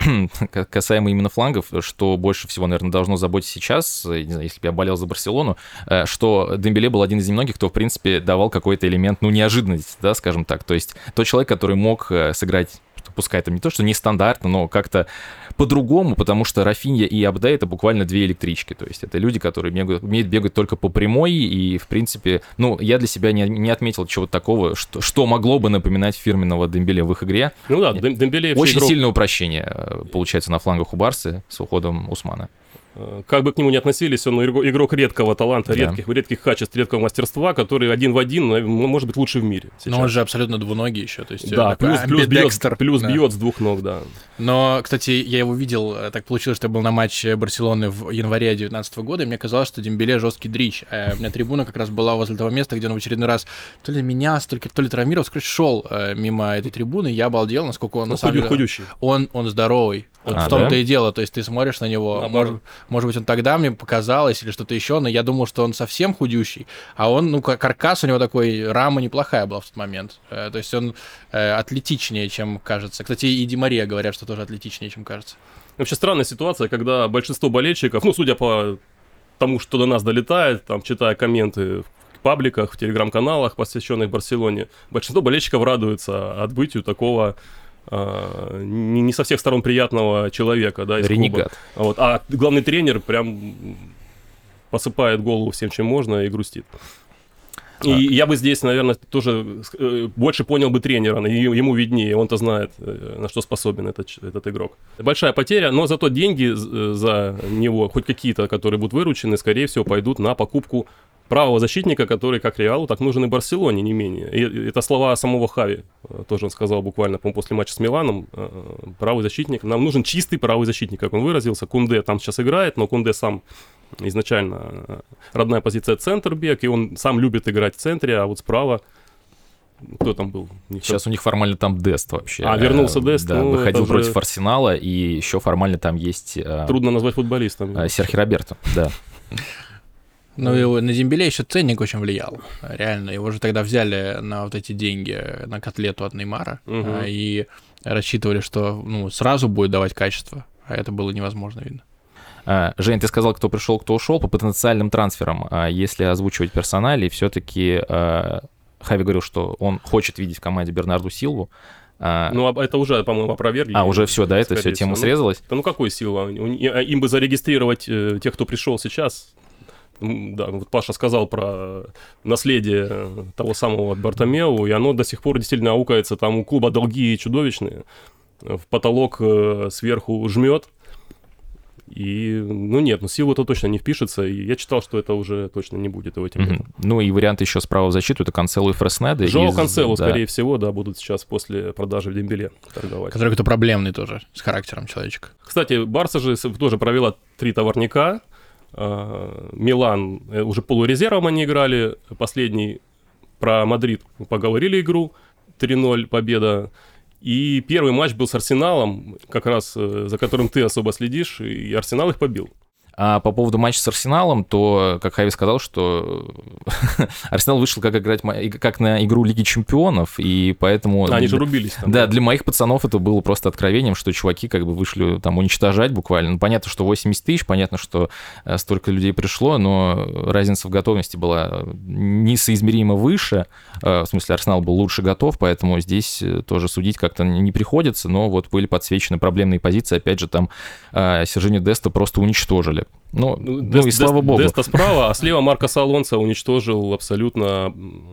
касаемо именно флангов, что больше всего, наверное, должно заботить сейчас, не знаю, если бы я болел за Барселону, что Дембеле был один из немногих, кто, в принципе, давал какой-то элемент, ну, неожиданности, да, скажем так. То есть тот человек, который мог сыграть, пускай это не то, что нестандартно, но как-то по-другому, потому что Рафинья и Абде — это буквально две электрички, то есть это люди, которые бегают, умеют бегать только по прямой, и, в принципе, ну, я для себя не, не отметил чего-то такого, что, что могло бы напоминать фирменного Дембеле в их игре. Ну да, Дембеле... Очень игрок... сильное упрощение получается на флангах у Барсы с уходом Усмана. Как бы к нему ни относились, он игрок редкого таланта, да. редких, редких качеств, редкого мастерства, который один в один, может быть, лучший в мире. Сейчас. Но он же абсолютно двуногий еще. То есть да, плюс, плюс, бьет, плюс да. бьет с двух ног, да. Но, кстати, я его видел, так получилось, что я был на матче Барселоны в январе две тысячи девятнадцатого года, и мне казалось, что Дембеле жесткий дрищ. А у меня трибуна как раз была возле того места, где он в очередной раз то ли меня, то ли, то ли травмировался, короче, шел мимо этой трибуны, я обалдел, насколько он, ну, на самом деле, худющий. Он, он здоровый. Вот а, в том-то да? и дело, то есть ты смотришь на него, а может, может быть, он тогда мне показалось или что-то еще, но я думал, что он совсем худющий, а он, ну, каркас у него такой, рама неплохая была в тот момент, э, то есть он э, атлетичнее, чем кажется. Кстати, и Ди Мария говорят, что тоже атлетичнее, чем кажется. Вообще странная ситуация, когда большинство болельщиков, ну, судя по тому, что до нас долетает, там, читая комменты в пабликах, в телеграм-каналах, посвященных Барселоне, большинство болельщиков радуется отбытию такого... Не, не со всех сторон приятного человека, да, из клуба. Вот. А главный тренер прям посыпает голову всем, чем можно, и грустит. И а. я бы здесь, наверное, тоже больше понял бы тренера, ему виднее, он-то знает, на что способен этот, этот игрок. Большая потеря, но зато деньги за него, хоть какие-то, которые будут выручены, скорее всего, пойдут на покупку правого защитника, который как Реалу, так нужен и Барселоне, не менее. И это слова самого Хави, тоже он сказал буквально, по-моему, после матча с Миланом. Правый защитник, нам нужен чистый правый защитник, как он выразился. Кунде там сейчас играет, но Кунде сам изначально родная позиция центр-бек, и он сам любит играть в центре, а вот справа Кто там был? Сейчас у них формально там Дест вообще. А, вернулся Дест. Да, ну, выходил уже... против Арсенала, и еще формально там есть... Трудно назвать футболистом. Серхио Роберто, да. Ну, и на Дембеле еще ценник очень влиял. Реально, его же тогда взяли на вот эти деньги, на котлету от Неймара, угу. и рассчитывали, что ну, сразу будет давать качество, а это было невозможно, видно. Жень, ты сказал, кто пришел, кто ушел по потенциальным трансферам. Если озвучивать персонали, все-таки Хави говорил, что он хочет видеть в команде Бернарду Силву. Ну, это уже, по-моему, опровергли. А, уже все, да, это все, тема срезалась? Ну, какой Силва? Им бы зарегистрировать тех, кто пришел сейчас. Да, вот Паша сказал про наследие того самого Бартомеу, и оно до сих пор действительно аукается. Там у клуба долги чудовищные. В потолок сверху жмет. И, ну нет, ну Силва-то точно не впишется, и я читал, что это уже точно не будет его этим летом. Mm-hmm. Ну и варианты еще справа в защиту, это Канцело и Фреснеде. Жоу Канцело, да. скорее всего, да, будут сейчас после продажи в Дембеле торговать. Который какой-то проблемный тоже, с характером человечка. Кстати, Барса же тоже провела три товарняка. Милан, уже полурезервом они играли, последний про Мадрид мы поговорили игру, три ноль победа. И первый матч был с Арсеналом, как раз за которым ты особо следишь, и Арсенал их побил. А по поводу матча с Арсеналом, то, как Хави сказал, что Арсенал вышел как играть как на игру Лиги Чемпионов, и поэтому... А, они же рубились там. Да, для моих пацанов это было просто откровением, что чуваки как бы вышли там уничтожать буквально. Ну, понятно, что восемьдесят тысяч, понятно, что столько людей пришло, но разница в готовности была несоизмеримо выше. В смысле, Арсенал был лучше готов, поэтому здесь тоже судить как-то не приходится, но вот были подсвечены проблемные позиции. Опять же, там Сержиньо Деста просто уничтожили. Ну, ну, Дест, ну и слава Дест, богу. Деста справа, а слева Маркос Алонсо уничтожил абсолютно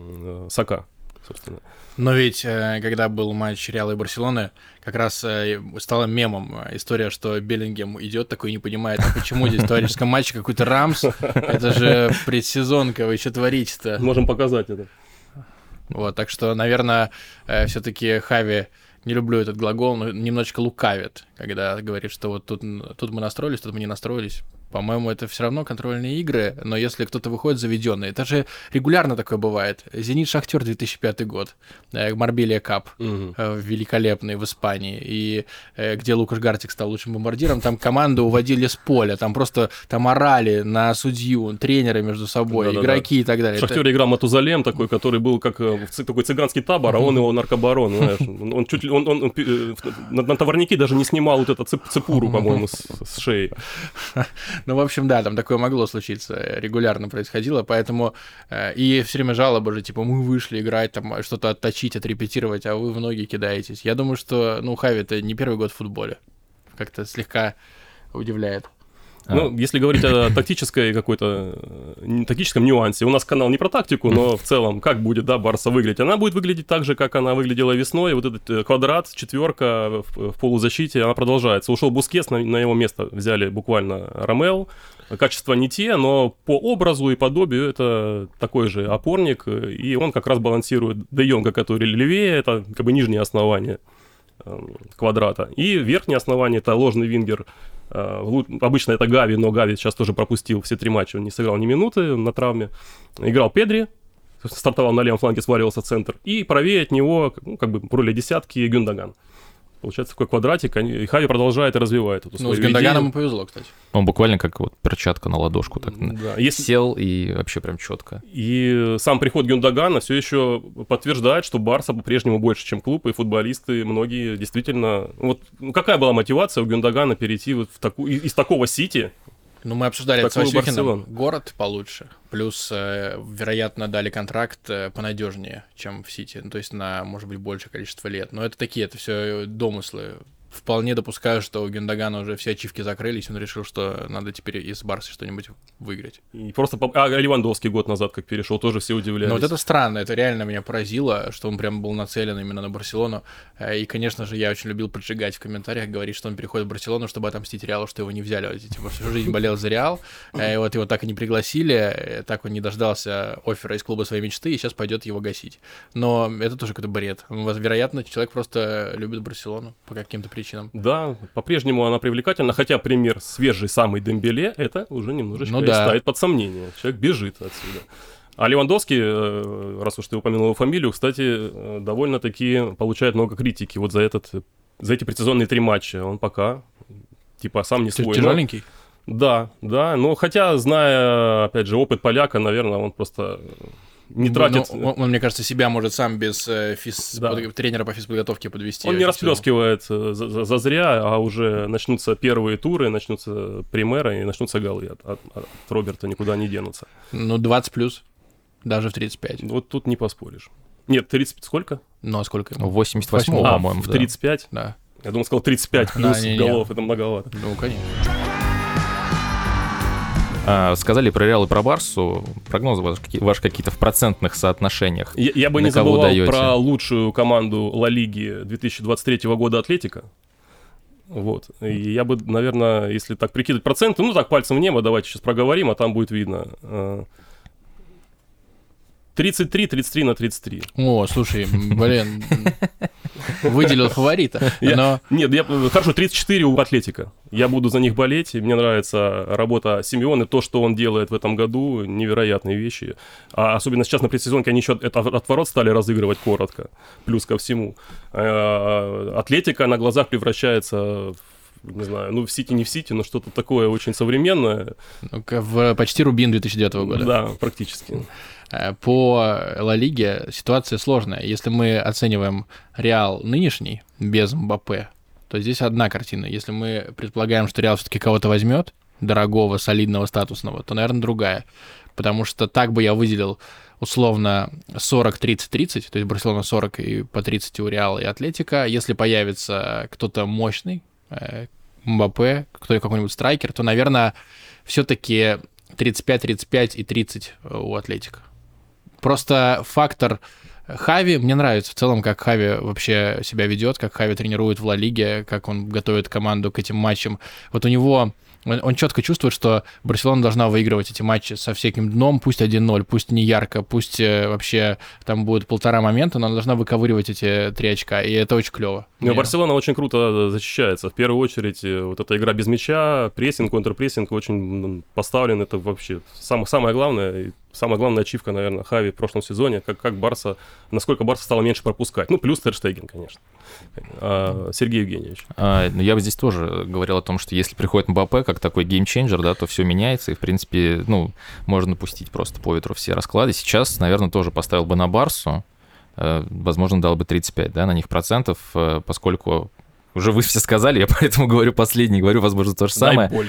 Сака, собственно. Но ведь, когда был матч Реала и Барселоны, как раз стала мемом история, что Беллингем идет такой, не понимает, а почему здесь в товарищеском матче какой-то Рамс? Это же предсезонка, вы что творите-то? Можем показать это. Вот, так что, наверное, все-таки Хави... Не люблю этот глагол, но немножечко лукавит, когда говорит, что вот тут, тут мы настроились, тут мы не настроились. По-моему, это все равно контрольные игры, но если кто-то выходит заведенный, это же регулярно такое бывает. Зенит Шахтер две тысячи пятый год, Марбелья Кап, угу. великолепный в Испании, и где Лукаш Гартик стал лучшим бомбардиром, там команду уводили с поля, там просто там орали на судью, тренеры между собой, да, игроки да, да. и так далее. В Шахтере это... играл Матузалем такой, который был как такой цыганский табор, а он его наркобарон, знаешь. Он чуть ли он, он, он, он на, на товарнике даже не снимал вот эту цеп, цепуру, по-моему, с, с шеи. Ну, в общем, да, там такое могло случиться, регулярно происходило, поэтому э, и все время жалобы же, типа, мы вышли играть, там, что-то отточить, отрепетировать, а вы в ноги кидаетесь. Я думаю, что, ну, Хави, это не первый год в футболе, как-то слегка удивляет. Ну, а. если говорить о тактической какой-то, тактическом нюансе, у нас канал не про тактику, но в целом, как будет, да, Барса выглядеть? Она будет выглядеть так же, как она выглядела весной. Вот этот квадрат, четверка в, в полузащите, она продолжается. Ушел Бускетс, на, на его место взяли буквально Ромео. Качества не те, но по образу и подобию это такой же опорник, и он как раз балансирует Де Йонга, который левее, это как бы нижнее основание квадрата, и верхнее основание — это ложный вингер. Обычно это Гави, но Гави сейчас тоже пропустил все три матча, он не сыграл ни минуты на травме. Играл Педри, стартовал на левом фланге, сваливался в центр, и правее от него, ну, как бы в роли десятки, Гюндоган. Получается такой квадратик, и Хави продолжает и развивает эту свою идею. Ну, с Гюндоганом ему повезло, кстати. Он буквально как вот перчатка на ладошку так да. Если... сел и вообще прям четко. И сам приход Гюндогана все еще подтверждает, что Барса по-прежнему больше, чем клуб, и футболисты многие действительно... Вот какая была мотивация у Гюндогана перейти вот в такую... из такого Сити? Ну, мы обсуждали это с Васюхиным. Город получше. Плюс, э, вероятно, дали контракт э, понадежнее, чем в Сити. Ну, то есть на, может быть, большее количество лет. Но это такие, это все домыслы. Вполне допускаю, что у Гюндогана уже все ачивки закрылись, он решил, что надо теперь из Барса что-нибудь выиграть. И просто... А Левандовский год назад как перешел, тоже все удивлялись. Ну вот это странно, это реально меня поразило, что он прям был нацелен именно на Барселону. И, конечно же, я очень любил поджигать в комментариях, говорить, что он переходит в Барселону, чтобы отомстить Реалу, что его не взяли. Вот, типа, всю жизнь болел за Реал, и вот его так и не пригласили, так он не дождался оффера из клуба своей мечты, и сейчас пойдет его гасить. Но это тоже какой-то бред. Вероятно, человек просто любит Барселону по каким-то причинам. Да, по-прежнему она привлекательна, хотя пример свежий самый Дембеле, это уже немножечко ну, да. ставит под сомнение. Человек бежит отсюда. А Левандовский, раз уж ты упомянул его фамилию, кстати, довольно-таки получает много критики вот за, этот, за эти предсезонные три матча. Он пока, типа, сам не свой. Тяжеленький? Да, да. Но хотя, зная, опять же, опыт поляка, наверное, он просто не тратит... Ну, он, мне кажется, себя может сам без э, физ... да. под... тренера по физподготовке подвести. Он не расплескивает за, за, за зря, а уже начнутся первые туры, начнутся примеры и начнутся голы. От, от, от Роберта никуда не денутся. Ну, двадцать плюс. Даже в тридцать пять. Вот тут не поспоришь. Нет, тридцать сколько? Ну, а сколько ему? восемьдесят восемь, а, по-моему. в тридцать пять? Да. Я думал, сказал тридцать пять плюс да, не, голов, не. это многовато. Ну, конечно. А, сказали про Реал и про Барсу. Прогнозы ваши, ваши какие-то в процентных соотношениях. Я, я бы на не кого забывал даете? про лучшую команду Ла Лиги две тысячи двадцать третьего года Атлетико. Вот. И я бы, наверное, если так прикидывать проценты, ну так, пальцем в небо, давайте сейчас проговорим, а там будет видно. тридцать три тридцать три на тридцать три. О, слушай, блин, выделил фаворита. Я, но... Нет, я, хорошо, тридцать четыре у Атлетико. Я буду за них болеть, и мне нравится работа Симеоне, то, что он делает в этом году, невероятные вещи. А особенно сейчас на предсезонке они еще это отворот стали разыгрывать коротко, плюс ко всему. Атлетико на глазах превращается в, не знаю, ну в Сити не в Сити, но что-то такое очень современное. В почти Рубин две тысячи девятого года. Да, практически. По Ла Лиге ситуация сложная. Если мы оцениваем Реал нынешний без Мбаппе, то здесь одна картина. Если мы предполагаем, что Реал все-таки кого-то возьмет, дорогого, солидного, статусного, то, наверное, другая. Потому что так бы я выделил условно сорок тридцать тридцать, то есть Барселона сорок и по тридцать у Реала и Атлетико. Если появится кто-то мощный, Мбаппе, кто-то какой-нибудь страйкер, то, наверное, все-таки тридцать пять тридцать пять и тридцать у Атлетико. Просто фактор Хави, мне нравится в целом, как Хави вообще себя ведет, как Хави тренирует в Ла Лиге, как он готовит команду к этим матчам. Вот у него... Он, он четко чувствует, что Барселона должна выигрывать эти матчи со всяким дном, пусть один ноль, пусть не ярко, пусть э, вообще там будет полтора момента, но она должна выковыривать эти три очка, и это очень клево. Но Барселона очень круто защищается. В первую очередь, вот эта игра без мяча, прессинг, контрпрессинг очень поставлен, это вообще самое, самое главное. Самая главная ачивка, наверное, Хави в прошлом сезоне, как, как Барса, насколько Барса стала меньше пропускать. Ну, плюс Тер Штеген, конечно. А, Сергей Евгеньевич. А, ну, я бы здесь тоже говорил о том, что если приходит Мбаппе как такой геймченджер, да, то все меняется, и, в принципе, ну, можно пустить просто по ветру все расклады. Сейчас, наверное, тоже поставил бы на Барсу, возможно, дал бы тридцать пять, да, на них процентов, поскольку... Уже вы все сказали, я поэтому говорю последний, говорю, возможно, то же самое. Дай больше.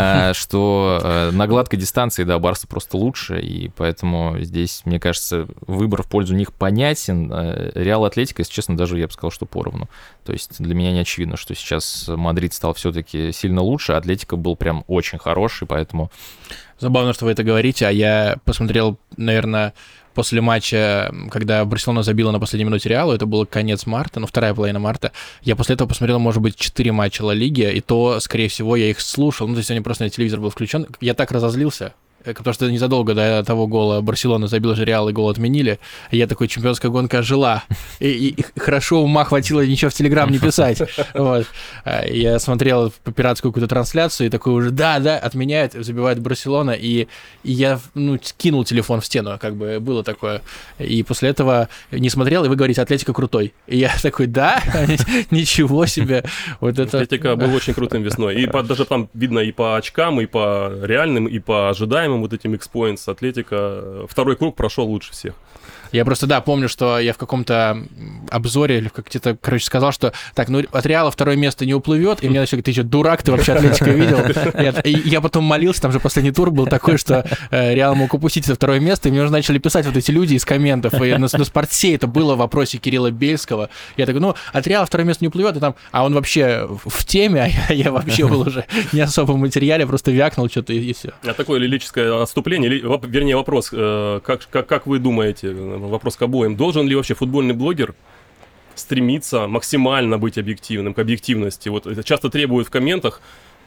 Что на гладкой дистанции, да, Барса просто лучше, и поэтому здесь, мне кажется, выбор в пользу них понятен. Реал Атлетико, если честно, даже я бы сказал, что поровну. То есть для меня не очевидно, что сейчас Мадрид стал все-таки сильно лучше, а Атлетико был прям очень хороший, поэтому... Забавно, что вы это говорите, а я посмотрел, наверное... После матча, когда Барселона забила на последней минуте Реалу, это был конец марта, ну, вторая половина марта, я после этого посмотрел, может быть, четыре матча Ла Лиги, и то, скорее всего, я их слушал, ну, то есть они просто на телевизор был включен. Я так разозлился, потому что незадолго до того гола Барселона забила же Реал, и гол отменили, и я такой, чемпионская гонка ожила, и, и, и хорошо ума хватило ничего в Телеграм не писать. Вот. Я смотрел пиратскую какую-то трансляцию, и такой уже, да, да, отменяет, забивает Барселона, и, и я, ну, кинул телефон в стену, как бы было такое, и после этого не смотрел, и вы говорите, Атлетико крутой, и я такой, да, ничего себе. Вот это... Атлетико был очень крутым весной, и по, даже там видно и по очкам, и по реальным, и по ожидаемым вот этим X-Points Атлетико второй круг прошел лучше всех. Я просто, да, помню, что я в каком-то обзоре или как где-то, короче, сказал, что так, ну, от Реала второе место не уплывет, и мне начали говорить, ты что, дурак, ты вообще Атлетико видел? И я потом молился, там же последний тур был такой, что Реал мог упустить это второе место, и мне уже начали писать вот эти люди из комментов, и на, на Спортсе это было в вопросе Кирилла Бельского. Я такой, ну, от Реала второе место не уплывет, и там, а он вообще в теме, а я, я вообще был уже не особо в материале, просто вякнул что-то, и, и все. А такое лирическое отступление, вернее, вопрос, как, как, как вы думаете, вопрос к обоим. Должен ли вообще футбольный блогер стремиться максимально быть объективным, к объективности? Вот это часто требуют в комментах,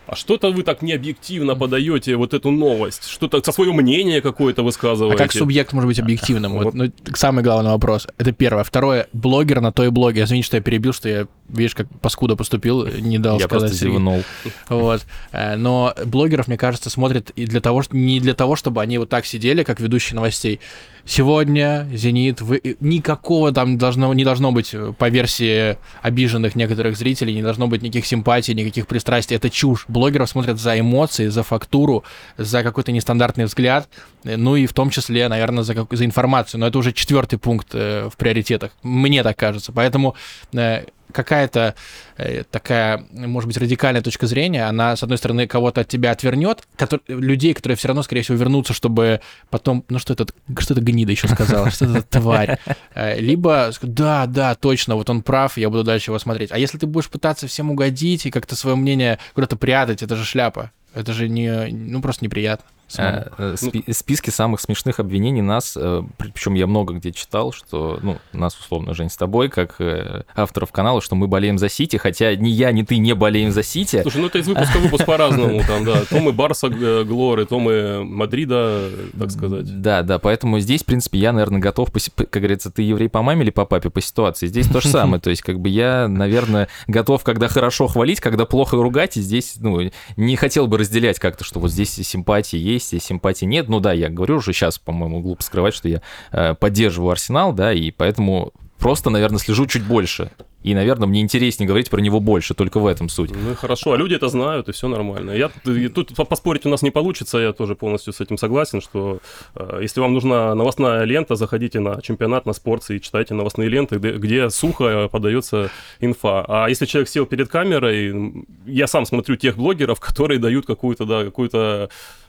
А что-то вы так необъективно подаете вот эту новость, что-то со свое мнение какое-то высказываете. А как субъект может быть объективным? Вот, Вот. ну, самый главный вопрос. Это первое. Второе. Блогер на то и блогер. Извините, что я перебил, что я, видишь, как паскуда поступил, не дал Я сказать. просто Сергею. зевнул. Вот. Э, Но блогеров, мне кажется, смотрят и для того, что- не для того, чтобы они вот так сидели, как ведущие новостей. Сегодня «Зенит», вы... никакого там должно, не должно быть, по версии обиженных некоторых зрителей, не должно быть никаких симпатий, никаких пристрастий. Это чушь. Блогеров смотрят за эмоции, за фактуру, за какой-то нестандартный взгляд, ну и в том числе, наверное, за, как... за информацию. Но это уже четвертый пункт э, в приоритетах. Мне так кажется. Поэтому э, какая-то э, такая, может быть, радикальная точка зрения, она, с одной стороны, кого-то от тебя отвернет, который... людей, которые все равно, скорее всего, вернутся, чтобы потом, ну что это, что это гнида еще сказала, что это тварь. Э, Либо, да, да, точно, вот он прав, я буду дальше его смотреть. А если ты будешь пытаться всем угодить и как-то свое мнение куда-то прятать, это же шляпа. Это же не, ну, просто неприятно. Э, э, спи- Списки самых смешных обвинений нас, причем я много где читал, что, ну, нас, условно, Жень, с тобой, как э, авторов канала, что мы болеем за Сити, хотя ни я, ни ты не болеем за Сити. Слушай, ну это из выпуска в выпуск по-разному, там, да. То мы Барса э, Глоры, то мы Мадрида, так сказать. Да, да, поэтому здесь, в принципе, я, наверное, готов, по, си- как говорится, ты еврей по маме или по папе, по ситуации. Здесь то же самое, то есть, как бы я, наверное, готов, когда хорошо хвалить, когда плохо ругать, и здесь, ну, не хотел бы разделять как-то, что вот здесь симпатии есть, здесь симпатии нет. Ну да, я говорю уже сейчас, по-моему, глупо скрывать, что я э, поддерживаю Арсенал, да, и поэтому просто, наверное, слежу чуть больше. И, наверное, мне интереснее говорить про него больше, только в этом суть. Ну и хорошо, а люди это знают, и все нормально. Я, и тут поспорить у нас не получится, я тоже полностью с этим согласен, что э, если вам нужна новостная лента, заходите на чемпионат, на Спортс и читайте новостные ленты, где, где сухо подается инфа. А если человек сел перед камерой, я сам смотрю тех блогеров, которые дают какую-то, да, какую-то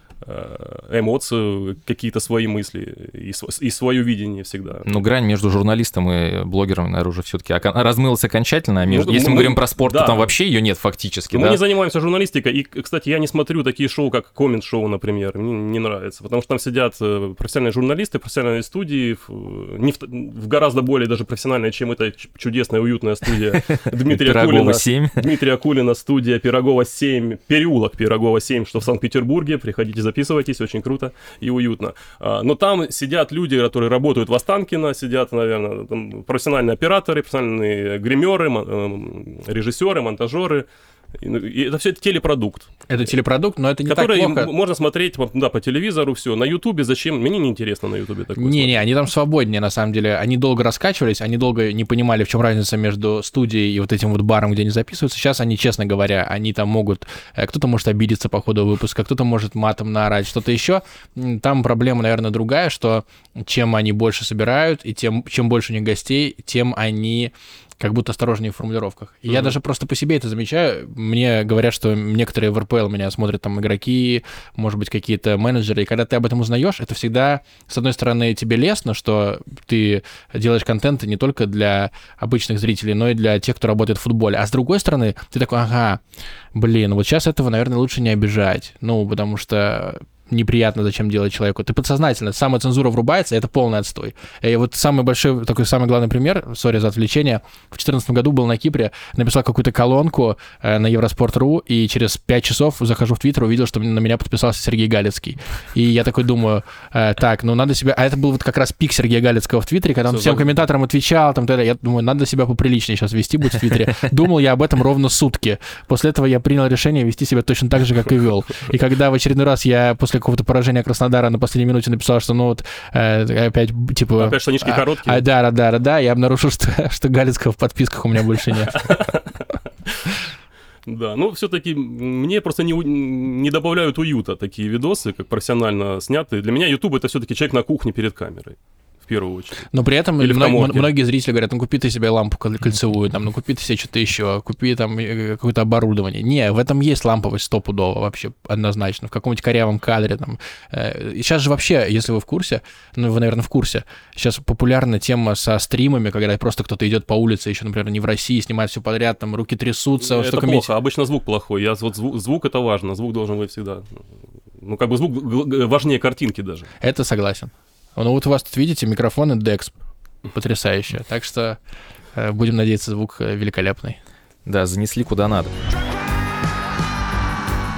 эмоцию, какие-то свои мысли и, и свое видение всегда. Ну, грань между журналистом и блогером, наверное, уже все-таки ока- размылась окончательно. А между... ну, Если мы, мы говорим про спорт, да, то там вообще ее нет фактически. Мы да? не занимаемся журналистикой. И, кстати, я не смотрю такие шоу, как коммент-шоу, например. Мне не нравится. Потому что там сидят профессиональные журналисты, профессиональные студии, не в, в гораздо более даже профессиональные, чем эта чудесная, уютная студия Дмитрия Акулина. семь. Дмитрия Акулина, студия Пирогова семь, переулок Пирогова семь, что в Санкт-Петербурге. Приходите, записывайтесь, очень круто и уютно. Но там сидят люди, которые работают в Останкино, сидят, наверное, там профессиональные операторы, профессиональные гримеры, режиссеры, монтажеры. И это все это телепродукт. Это телепродукт, но это не который так плохо. Можно смотреть, да, по телевизору, все. На Ютубе зачем? Мне не интересно на Ютубе такое. Не-не, они там свободнее, на самом деле. Они долго раскачивались, они долго не понимали, в чем разница между студией и вот этим вот баром, где они записываются. Сейчас они, честно говоря, они там могут... Кто-то может обидеться по ходу выпуска, кто-то может матом наорать, что-то еще. Там проблема, наверное, другая, что чем они больше собирают, и тем, чем больше у них гостей, тем они... как будто осторожнее в формулировках. И mm-hmm. я даже просто по себе это замечаю. Мне говорят, что некоторые в эр пэ эл меня смотрят там игроки, может быть, какие-то менеджеры. И когда ты об этом узнаешь, это всегда, с одной стороны, тебе лестно, что ты делаешь контент не только для обычных зрителей, но и для тех, кто работает в футболе. А с другой стороны, ты такой, ага, блин, вот сейчас этого, наверное, лучше не обижать. Ну, потому что... неприятно, зачем делать человеку. Ты подсознательно, самоцензура врубается, и это полный отстой. И вот самый большой, такой самый главный пример, сори за отвлечение, в две тысячи четырнадцатом году был на Кипре, написал какую-то колонку э, на Евроспорт точка ру, и через пять часов захожу в Твиттер, увидел, что на меня подписался Сергей Галицкий. И я такой думаю, э, так, ну надо себя... А это был вот как раз пик Сергея Галицкого в Твиттере, когда он Все, всем так... комментаторам отвечал, там, тогда. Я думаю, надо себя поприличнее сейчас вести будет в Твиттере. Думал я об этом ровно сутки. После этого я принял решение вести себя точно так же, как и вел. И когда в очередной раз я после какого-то поражения Краснодара на последней минуте написал, что ну вот э, опять типа... Опять штанишки а, короткие. А, да, да, да, да, я обнаружил, что, что Галицкого в подписках у меня больше нет. Да, ну все-таки мне просто не, не добавляют уюта такие видосы, как профессионально снятые. Для меня YouTube это все-таки человек на кухне перед камерой. В первую очередь. Но при этом Или мно- многие зрители говорят, ну купи ты себе лампу кольцевую, там, ну купи ты себе что-то еще, купи там какое-то оборудование. Не, в этом есть ламповость стопудово вообще однозначно, в каком-нибудь корявом кадре там. И сейчас же вообще, если вы в курсе, ну вы, наверное, в курсе, сейчас популярна тема со стримами, когда просто кто-то идет по улице, еще, например, не в России, снимает все подряд, там руки трясутся. Это что плохо, коммент... обычно звук плохой. Я, вот звук, звук это важно, звук должен быть всегда. Ну как бы звук важнее картинки даже. Это согласен. Ну вот у вас тут, видите, микрофоны Декс потрясающие, так что э, будем надеяться, звук великолепный. Да, занесли куда надо.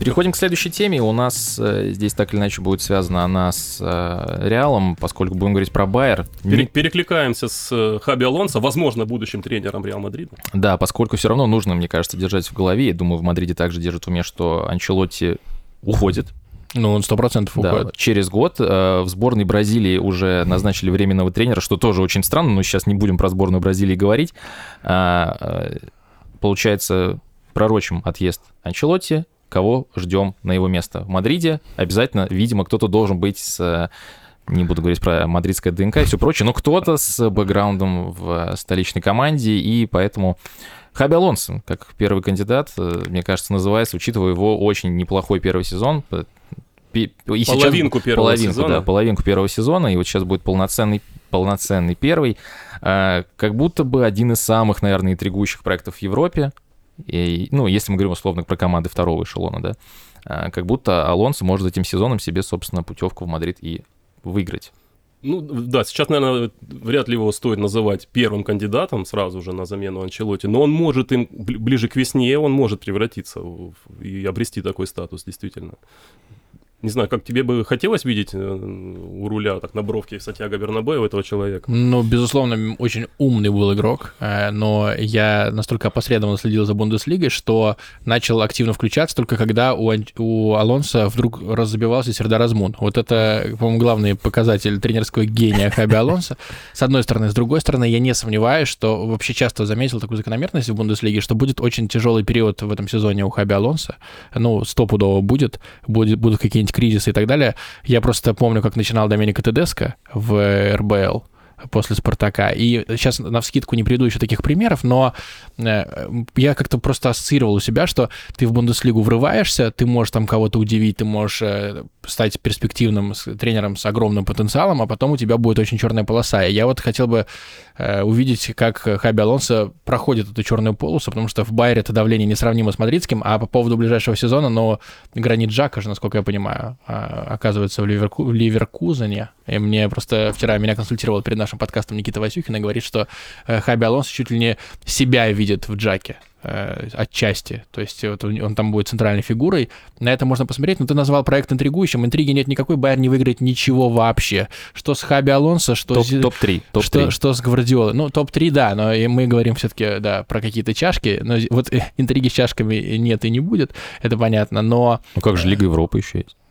Переходим к следующей теме. У нас э, здесь так или иначе будет связана она с э, Реалом, поскольку будем говорить про Байер. Пере- перекликаемся с э, Хаби Алонсо, возможно, будущим тренером Реал Мадрида. Да, поскольку все равно нужно, мне кажется, держать в голове. Я думаю, в Мадриде также держат в уме, что Анчелотти уходит. Ну, он сто процентов уходит. Да, через год э, в сборной Бразилии уже назначили временного тренера, что тоже очень странно, но сейчас не будем про сборную Бразилии говорить. А, э, получается, пророчим отъезд Анчелотти. Кого ждем на его место? В Мадриде обязательно, видимо, кто-то должен быть с... Не буду говорить про мадридское ДНК и все прочее, но кто-то с бэкграундом в столичной команде, и поэтому Хаби Алонсо, как первый кандидат, мне кажется, называется, учитывая его очень неплохой первый сезон. И половинку первого половинку, сезона. Да, половинку первого сезона, и вот сейчас будет полноценный, полноценный первый. Как будто бы один из самых, наверное, интригующих проектов в Европе. И, ну, если мы говорим условно про команды второго эшелона, да, как будто Алонсо может этим сезоном себе, собственно, путевку в Мадрид и выиграть. Ну, да, сейчас, наверное, вряд ли его стоит называть первым кандидатом сразу же на замену Анчелотти, но он может им, ближе к весне, он может превратиться в, и обрести такой статус, действительно. Не знаю, как тебе бы хотелось видеть у руля так на бровке Сантьяго Бернабеу этого человека? Ну, безусловно, очень умный был игрок, но я настолько опосредованно следил за Бундеслигой, что начал активно включаться только когда у, у Алонсо вдруг разобивался Сердар Азмун. Вот это, по-моему, главный показатель тренерского гения Хаби Алонсо. С одной стороны. С другой стороны, я не сомневаюсь, что вообще часто заметил такую закономерность в Бундеслиге, что будет очень тяжелый период в этом сезоне у Хаби Алонсо. Ну, стопудово будет. будет будут какие-нибудь кризисы и так далее. Я просто помню, как начинал Доменико Тедеско в эр бэ эл после «Спартака». И сейчас навскидку не приведу еще таких примеров, но я как-то просто ассоциировал у себя, что ты в Бундеслигу врываешься, ты можешь там кого-то удивить, ты можешь стать перспективным тренером с огромным потенциалом, а потом у тебя будет очень черная полоса. И я вот хотел бы увидеть, как Хаби Алонсо проходит эту черную полосу, потому что в Байере это давление несравнимо с мадридским, а по поводу ближайшего сезона, но Гранит Джака же, насколько я понимаю, оказывается в, Ливерку... в Ливеркузене. И мне просто вчера меня консультировал перед нашим подкастом Никита Васюхин и говорит, что Хаби Алонсо чуть ли не себя видит в Джаке. Отчасти, то есть вот он там будет центральной фигурой, на это можно посмотреть, но ты назвал проект интригующим, интриги нет никакой, Байер не выиграет ничего вообще, что с Хаби Алонсо, что, топ, с... топ-три, топ-три. Что, что с Гвардиолой, ну топ-три, да, но мы говорим все-таки, да, про какие-то чашки, но вот интриги с чашками нет и не будет, это понятно, но... Ну как же Лига Европы еще есть?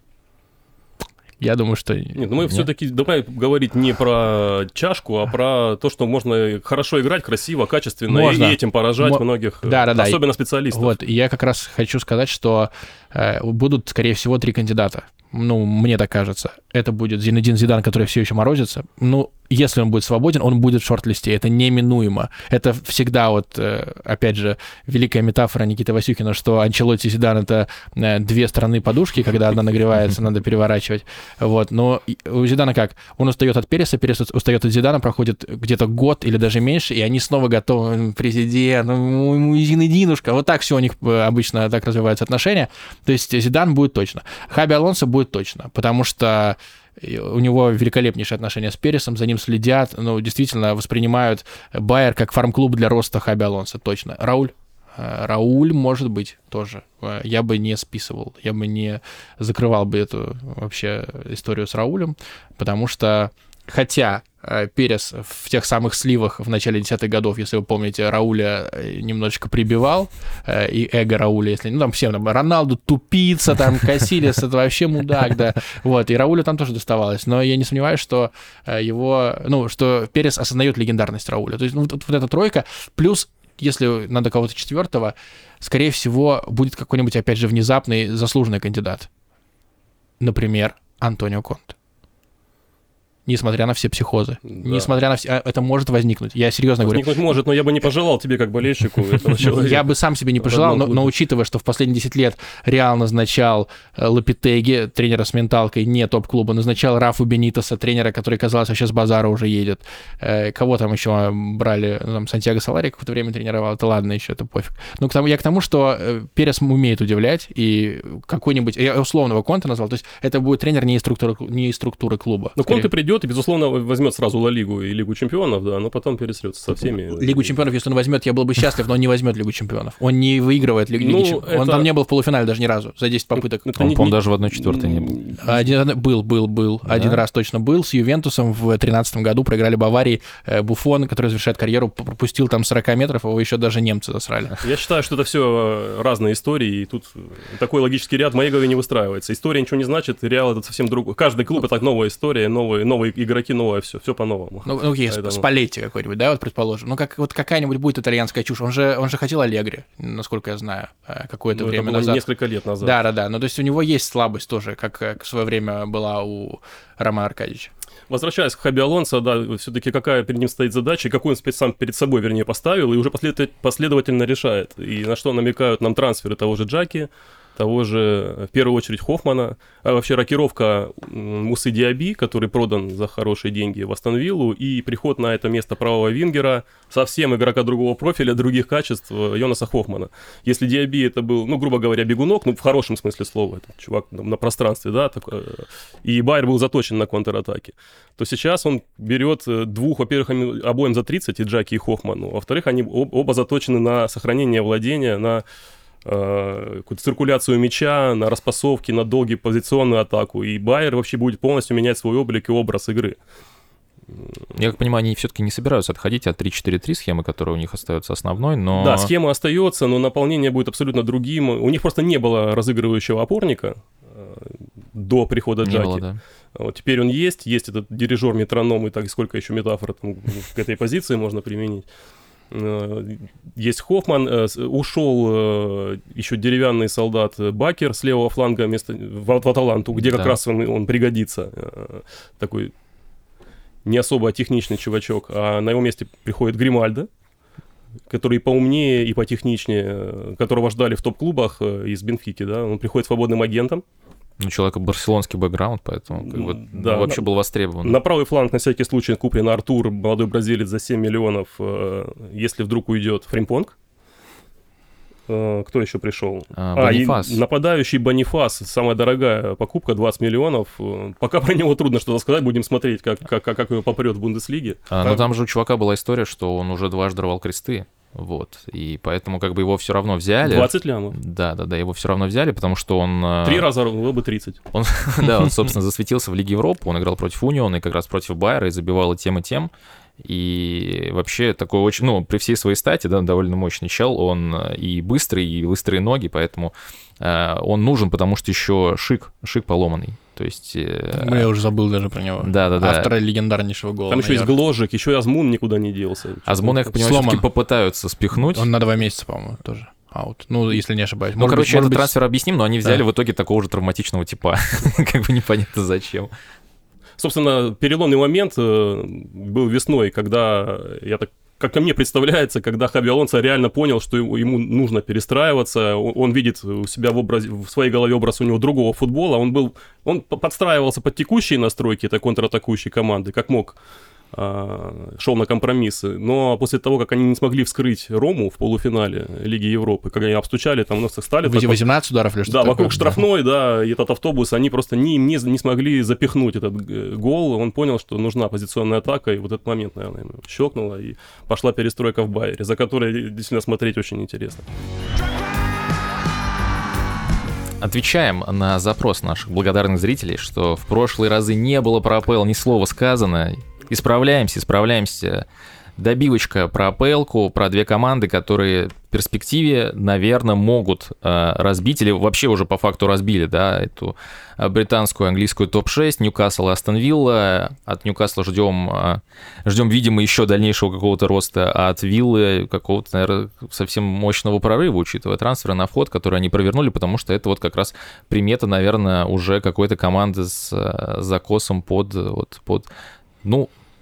Я думаю, что... Нет, ну мы все-таки давай говорить не про чашку, а про то, что можно хорошо играть, красиво, качественно, можно. И этим поражать Мо... многих, да, да, особенно да. специалистов. Вот, и я как раз хочу сказать, что э, будут, скорее всего, три кандидата. Ну, мне так кажется. Это будет Зинедин Зидан, который все еще морозится. Ну, если он будет свободен, он будет в шорт-листе. Это неминуемо. Это всегда вот, опять же, великая метафора Никиты Васюхина, что Анчелотти и Зидан — это две стороны подушки, когда одна нагревается, надо переворачивать. Вот. Но у Зидана как? Он устает от Переса, Перес устает от Зидана, проходит где-то год или даже меньше, и они снова готовы. Президент, ну, Зинединушка. Вот так все у них обычно так развиваются отношения. То есть Зидан будет точно. Хаби Алонсо будет точно, потому что у него великолепнейшие отношения с Пересом, за ним следят, ну, действительно воспринимают Байер как фарм-клуб для роста Хаби Алонсо, точно. Рауль? Рауль, может быть, тоже. Я бы не списывал, я бы не закрывал бы эту вообще историю с Раулем, потому что, хотя Перес в тех самых сливах в начале десятых годов, если вы помните, Рауля немножечко прибивал, и эго Рауля, если, ну, там всем, там, Роналду тупица, там, Касильес, это вообще мудак, да, вот, и Раулю там тоже доставалось, но я не сомневаюсь, что его, ну, что Перес осознает легендарность Рауля, то есть, ну, вот, вот эта тройка, плюс, если надо кого-то четвертого, скорее всего, будет какой-нибудь, опять же, внезапный заслуженный кандидат, например, Антонио Конте. Несмотря на все психозы. Да. Несмотря на все... Это может возникнуть. Я серьезно говорю. Возникнуть может, но я бы не пожелал тебе, как болельщику, этого человека. Я бы сам себе не пожелал, но, но учитывая, что в последние десять лет Реал назначал Лопетеги, тренера с менталкой, не топ-клуба, назначал Рафу Бенитоса, тренера, который, казалось, вообще с базара уже едет. Кого там еще брали? Ну, там Сантьяго Солари какое-то время тренировал. Это ладно еще, это пофиг. Но к тому, я к тому, что Перес умеет удивлять, и какой-нибудь... Я условного Конте назвал, то есть это будет тренер не из структуры, не из структуры клуба. Но Конте придет придет и, безусловно, возьмет сразу Ла Лигу и Лигу чемпионов, да, но потом пересрется со всеми. Лигу чемпионов, если он возьмет, я был бы счастлив, но он не возьмет Лигу чемпионов. Он не выигрывает Лигу ну, чемпионов. Это... Он там не был в полуфинале даже ни разу за десять попыток. Это он, не... по-моему, даже в одной четвертой не был. Один, был, был, был. Да? Один раз точно был. С Ювентусом в тринадцатом году проиграли Баварии. Буфон, который завершает карьеру, пропустил там сорок метров, его еще даже немцы засрали. Я считаю, что это все разные истории, и тут такой логический ряд в моей голове не выстраивается. История ничего не значит, Реал это совсем другой. Каждый клуб это новая история, новые, новые игроки, новое все, все по-новому. Ну, ну окей, Поэтому... Спалетти какой-нибудь, да, вот предположим. Ну, как вот какая-нибудь будет итальянская чушь. Он же, он же хотел Аллегри, насколько я знаю, какое-то ну, время это было назад. Несколько лет назад. Да, да, да. Ну, то есть у него есть слабость тоже, как, как в свое время была у Романа Аркадьевича. Возвращаясь к Хаби Алонсо, да, все-таки какая перед ним стоит задача, и какую он сам перед собой, вернее, поставил, и уже последовательно решает. И на что намекают нам трансферы того же Джаки, того же, в первую очередь, Хоффмана, а вообще рокировка Мусы Диаби, который продан за хорошие деньги в Астон Виллу, и приход на это место правого вингера совсем игрока другого профиля, других качеств Йонаса Хоффмана. Если Диаби это был, ну, грубо говоря, бегунок, ну, в хорошем смысле слова, этот чувак на пространстве, да, так, и Байер был заточен на контратаке, то сейчас он берет двух, во-первых, обоим за тридцать, и Джаки, и Хоффману, во-вторых, они оба заточены на сохранение владения, на какую-то циркуляцию мяча, на распасовки, на долгую позиционную атаку. И Байер вообще будет полностью менять свой облик и образ игры. Я как понимаю, они все-таки не собираются отходить от три четыре три схемы, которая у них остается основной, но... Да, схема остается, но наполнение будет абсолютно другим. У них просто не было разыгрывающего опорника до прихода Джаки. Не было, да. Вот теперь он есть, есть этот дирижер, метроном, и так сколько еще метафор там, к этой позиции можно применить. Есть Хоффман, ушел еще деревянный солдат Бакер с левого фланга вместо, в, в Аталанту, где да. как раз он, он пригодится. Такой не особо техничный чувачок. А на его месте приходит Гримальдо, который поумнее и потехничнее, которого ждали в топ-клубах из Бенфики. Да? Он приходит свободным агентом. У человека барселонский бэкграунд, поэтому как бы, да, вообще на, был востребован. На правый фланг на всякий случай куплен Артур, молодой бразилец, за семь миллионов, если вдруг уйдет Фримпонг. Кто еще пришел? А, Бонифас. А, нападающий Бонифас, самая дорогая покупка, двадцать миллионов. Пока про него трудно что-то сказать, будем смотреть, как, как, как его попрет в Бундеслиге. А, но там же у чувака была история, что он уже дважды рвал кресты. Вот, и поэтому как бы его все равно взяли. двадцать лямов. Да, да, да, его все равно взяли, потому что он... Три раза было бы тридцать. Он, да, он, собственно, засветился в Лиге Европы, он играл против Униона и как раз против Байера, и забивал и тем, и тем. И вообще такой очень, ну, при всей своей стати, да, довольно мощный чел, он и быстрый, и быстрые ноги, поэтому э, он нужен, потому что еще шик, шик поломанный. То есть... Э, Я уже забыл даже про него. Да-да-да. Автора легендарнейшего гола. Там еще есть Гложик, еще и Азмун никуда не делся. Азмун, я как понимаю, все-таки попытаются спихнуть. Он на два месяца, по-моему, тоже. Аут. Ну, если не ошибаюсь. Ну, может короче, быть, этот быть... трансфер объясним, но они взяли да. в итоге такого же травматичного типа. Как бы непонятно зачем. Собственно, переломный момент был весной, когда, я так, как ко мне представляется, когда Хаби Алонсо реально понял, что ему нужно перестраиваться, он видит у себя в, образе, в своей голове образ у него другого футбола, он, был, он подстраивался под текущие настройки этой контратакующей команды, как мог, шел на компромиссы, но после того, как они не смогли вскрыть Рому в полуфинале Лиги Европы, когда они обстучали, там у нас стали... восемнадцать ударов или что-то Да, такое, вокруг штрафной, да. да, и этот автобус, они просто не, не, не смогли запихнуть этот гол, он понял, что нужна позиционная атака, и вот этот момент, наверное, щелкнуло, и пошла перестройка в Байере, за которой действительно смотреть очень интересно. Отвечаем на запрос наших благодарных зрителей, что в прошлые разы не было про АПЛ ни слова сказано. Исправляемся, исправляемся. Добивочка про АПЛ-ку, про две команды, которые в перспективе, наверное, могут э, разбить, или вообще уже по факту разбили, да, эту британскую, английскую топ шесть, Ньюкасл и Астон Вилла. От Ньюкасла ждем, э, ждем, видимо, еще дальнейшего какого-то роста, а от Виллы какого-то, наверное, совсем мощного прорыва, учитывая трансферы на вход, которые они провернули, потому что это вот как раз примета, наверное, уже какой-то команды с э, закосом под, вот, под, ну,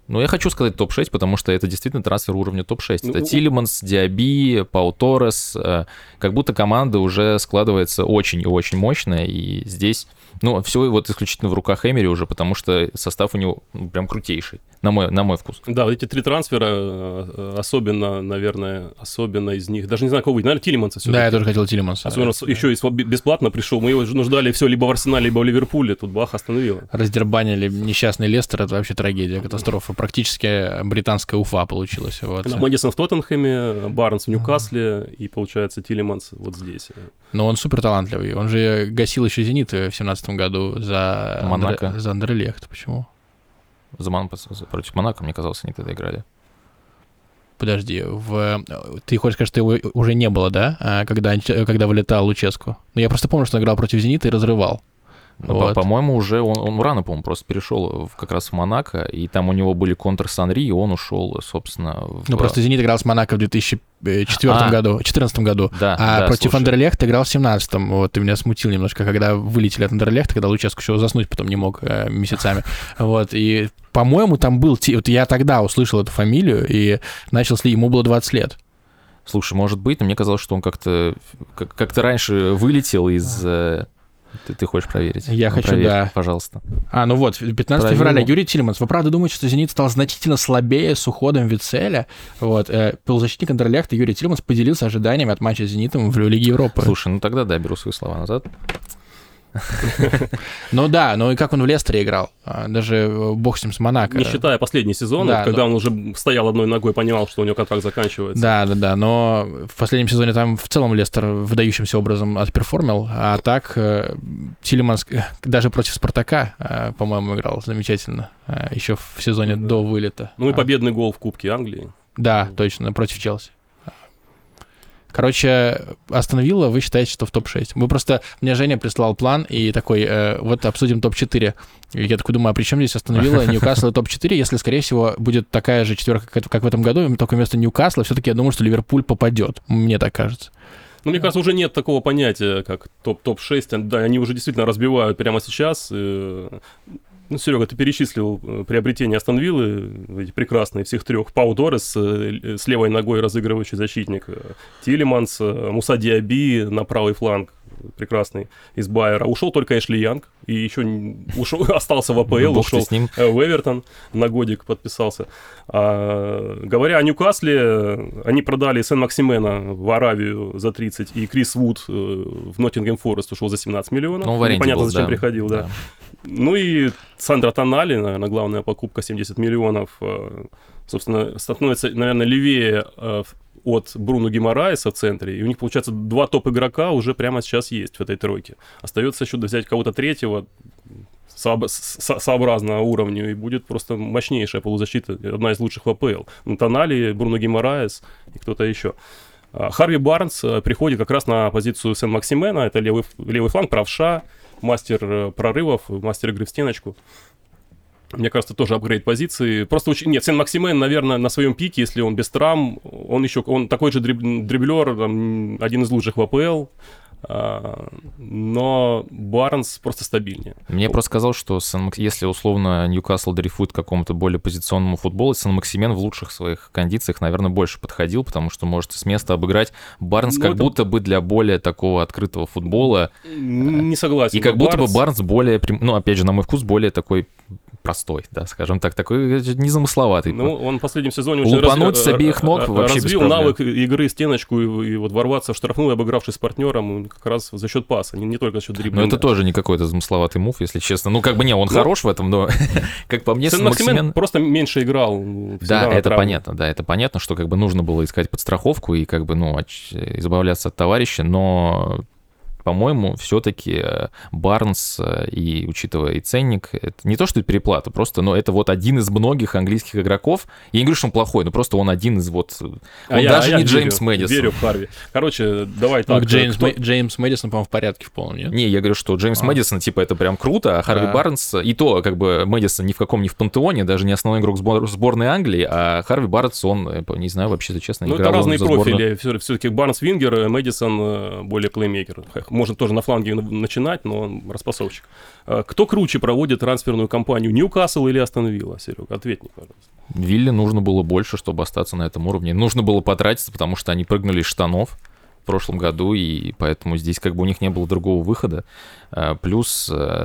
Ну, я хочу сказать топ шесть, потому что это действительно трансфер уровня топ шесть. Ну, это Тилеманс, Диаби, Пау Торрес. Как будто команда уже складывается очень и очень мощная, и здесь, ну, все вот исключительно в руках Эмери уже, потому что состав у него ну, прям крутейший, на мой, на мой вкус. Да, вот эти три трансфера, особенно, наверное, особенно из них, даже не знаю, кого выйти, наверное, Тилеманса все-таки. Да, я тоже хотел Тилеманса. Особенно да. еще и бесплатно пришел, мы его ждали все либо в Арсенале, либо в Ливерпуле, тут бах, остановило. Раздербанили несчастный Лестер, это вообще трагедия, катастрофа. Практически британская Уфа получилась. Вот. Мэдисон в Тоттенхэме, Барнс в Ньюкасле и, получается, Тилеманс вот здесь. Но он супер талантливый. Он же гасил еще «Зенит» в семнадцатом году за, Монако. Андре... за Андерлехт. Почему? За Мон... Против Монако, мне казалось, они тогда играли. Подожди, в... ты хочешь сказать, что его уже не было, да? Когда, когда вылетал Луческу? Ну, я просто помню, что он играл против «Зенита» и разрывал. Ну, вот. По-моему, уже он, он рано, по-моему, просто перешел в, как раз в Монако, и там у него были контр с Анри, и он ушел, собственно, в... Ну, просто «Зенит» играл с Монако в две тысячи четвёртом а, году, четырнадцатом году, да, а да, против слушай. Андерлехта играл в семнадцатом. Вот, ты меня смутил немножко, когда вылетели от Андерлехта, когда Луческу еще заснуть потом не мог э, месяцами. Вот, и, по-моему, там был... Вот я тогда услышал эту фамилию, и начал следить, ему было двадцать лет. Слушай, может быть, но мне казалось, что он как-то, как- как-то раньше вылетел из... Ты, ты хочешь проверить? Я ну, хочу, проверь, да. Пожалуйста. А, ну вот, пятнадцатого февраля, Юрий Тилеманс. Вы правда думаете, что «Зенит» стал значительно слабее с уходом Вицеля? Вот, э, полузащитник Андерлехта Юрий Тилеманс поделился ожиданиями от матча с «Зенитом» в Лиге Европы. Слушай, ну тогда да, беру свои слова назад. Ну да, ну и как он в Лестере играл? Даже бог с ним, с Монако. Не считая последний сезон, да, когда но... он уже стоял одной ногой, понимал, что у него контракт заканчивается. Да, да, да, но в последнем сезоне там в целом Лестер выдающимся образом отперформил, а так Тилеманс даже против Спартака, по-моему, играл замечательно, еще в сезоне да. до вылета. Ну и победный гол в Кубке Англии. Да, точно, против Челси. Короче, Астон Вилла, вы считаете, что в топ шесть. Вы просто... Мне Женя прислал план и такой, э, вот обсудим топ четыре. И я такой думаю, а при чем здесь Астон Вилла, Ньюкасл и топ четыре, если, скорее всего, будет такая же четверка, как в этом году, только вместо Ньюкасла, все-таки я думаю, что Ливерпуль попадет. Мне так кажется. Ну, мне кажется, уже нет такого понятия, как топ- топ-шесть. Да, они уже действительно разбивают прямо сейчас. Ну, Серега, ты перечислил приобретение Астон Виллы, эти прекрасные всех трех. Пау Торрес с левой ногой разыгрывающий защитник, Тилеманс, Муса Диаби на правый фланг, прекрасный, из Байера. Ушел только Эшли Янг, и еще ушел, остался в АПЛ, Бог ушел с ним. в Эвертон, на годик подписался. А, говоря о Ньюкасле, они продали Сен-Максимена в Аравию за тридцать, и Крис Вуд в Ноттингем Форест ушел за семнадцать миллионов. Ну, в аренде непонятно, был, зачем да. приходил, да. да. Ну и Сандро Тонали, наверное, главная покупка, семьдесят миллионов, собственно, становится, наверное, левее от Бруно Гимараеса в центре, и у них, получается, два топ-игрока уже прямо сейчас есть в этой тройке. Остается еще взять кого-то третьего, сооб... со- сообразно уровню, и будет просто мощнейшая полузащита, одна из лучших в АПЛ. Ну, Тонали, Бруно Гимараес и кто-то еще. Харви Барнс приходит как раз на позицию Сен-Максимена, это левый, левый фланг, правша, мастер прорывов, мастер игры в стеночку. Мне кажется, тоже апгрейд позиции. Просто очень... Нет, Сен-Максимен, наверное, на своем пике, если он без травм, он еще... Он такой же дриб... дриблер, там, один из лучших в АПЛ. А, но Барнс просто стабильнее. Мне просто сказал, что Сан... если условно Ньюкасл дрейфует к какому-то более позиционному футболу, Сен-Максимен в лучших своих кондициях, наверное, больше подходил, потому что может с места обыграть. Барнс ну, как это... будто бы для более такого открытого футбола. Не согласен. И как Барнс... будто бы Барнс более, ну, опять же, на мой вкус, более такой простой, да, скажем так, такой незамысловатый. Ну, он в последнем сезоне очень лупануть раз... с обеих ног вообще развил навык игры в стеночку и, и вот ворваться в штрафную, обыгравшись с партнером, как раз за счет паса, не, не только за счет дриблинга. Ну, это тоже не какой-то замысловатый мув, если честно. Ну, как бы не, он ну, хорош в этом, но как по мне, Сен-Максимен просто меньше играл. Да, это понятно, да, это понятно, что как бы нужно было искать подстраховку и как бы, ну, избавляться от товарища, но... По-моему, все-таки Барнс, и учитывая и ценник, это не то, что это переплата, просто, но это вот один из многих английских игроков. Я не говорю, что он плохой, но просто он один из вот... Он а даже я, не а Джеймс верю, Мэдисон. Верю в Харви. Короче, давай так. Ну, Джеймс, кто... Мэ... Джеймс Мэдисон, по-моему, в порядке в полном, нет? Не, я говорю, что Джеймс а. Мэдисон, типа, это прям круто, а Харви а. Барнс... И то, как бы, Мэдисон ни в каком не в пантеоне, даже не основной игрок сбор... сборной Англии, а Харви Барнс, он, не знаю, вообще, честно, ну, играл это разные за профили. сборную. Все-таки Барнс вингер, Мэдисон более плеймейкер. можно тоже на фланге начинать, но он распасовщик. Кто круче проводит трансферную кампанию, Ньюкасл или Астон Вилла, Серега? Ответь мне, пожалуйста. Вилле нужно было больше, чтобы остаться на этом уровне. Нужно было потратиться, потому что они прыгнули из штанов в прошлом году, и поэтому здесь как бы у них не было другого выхода. Плюс,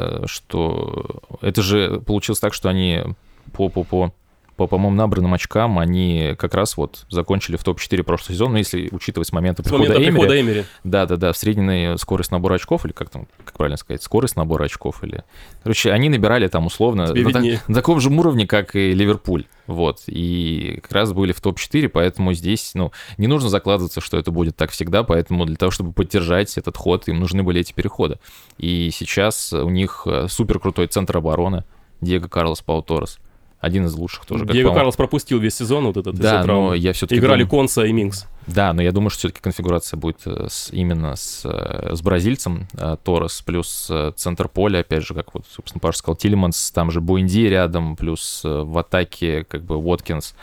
что это же получилось так, что они по, по, по, по, по-моему, набранным очкам, они как раз вот закончили в топ четыре прошлый сезон, но если учитывать с момента прихода Эмери. Да-да-да, средняя скорость набора очков, или как там, как правильно сказать, скорость набора очков, или... Короче, они набирали там условно на, так, на таком же уровне, как и Ливерпуль. Вот, и как раз были в топ четыре, поэтому здесь, ну, не нужно закладываться, что это будет так всегда, поэтому для того, чтобы поддержать этот ход, им нужны были эти переходы. И сейчас у них супер крутой центр обороны, Диего Карлос Пау Торрес. Один из лучших тоже. Диего как, Карлос пропустил весь сезон вот этот. Да, но я все-таки играли думаю... Конса и Минкс. Да, но я думаю, что все-таки конфигурация будет с, именно с, с бразильцем Торрес, плюс центр поля, опять же, как вот, собственно, Паша сказал, Тилеманс, там же Буэнди рядом, плюс в атаке как бы Уоткинс.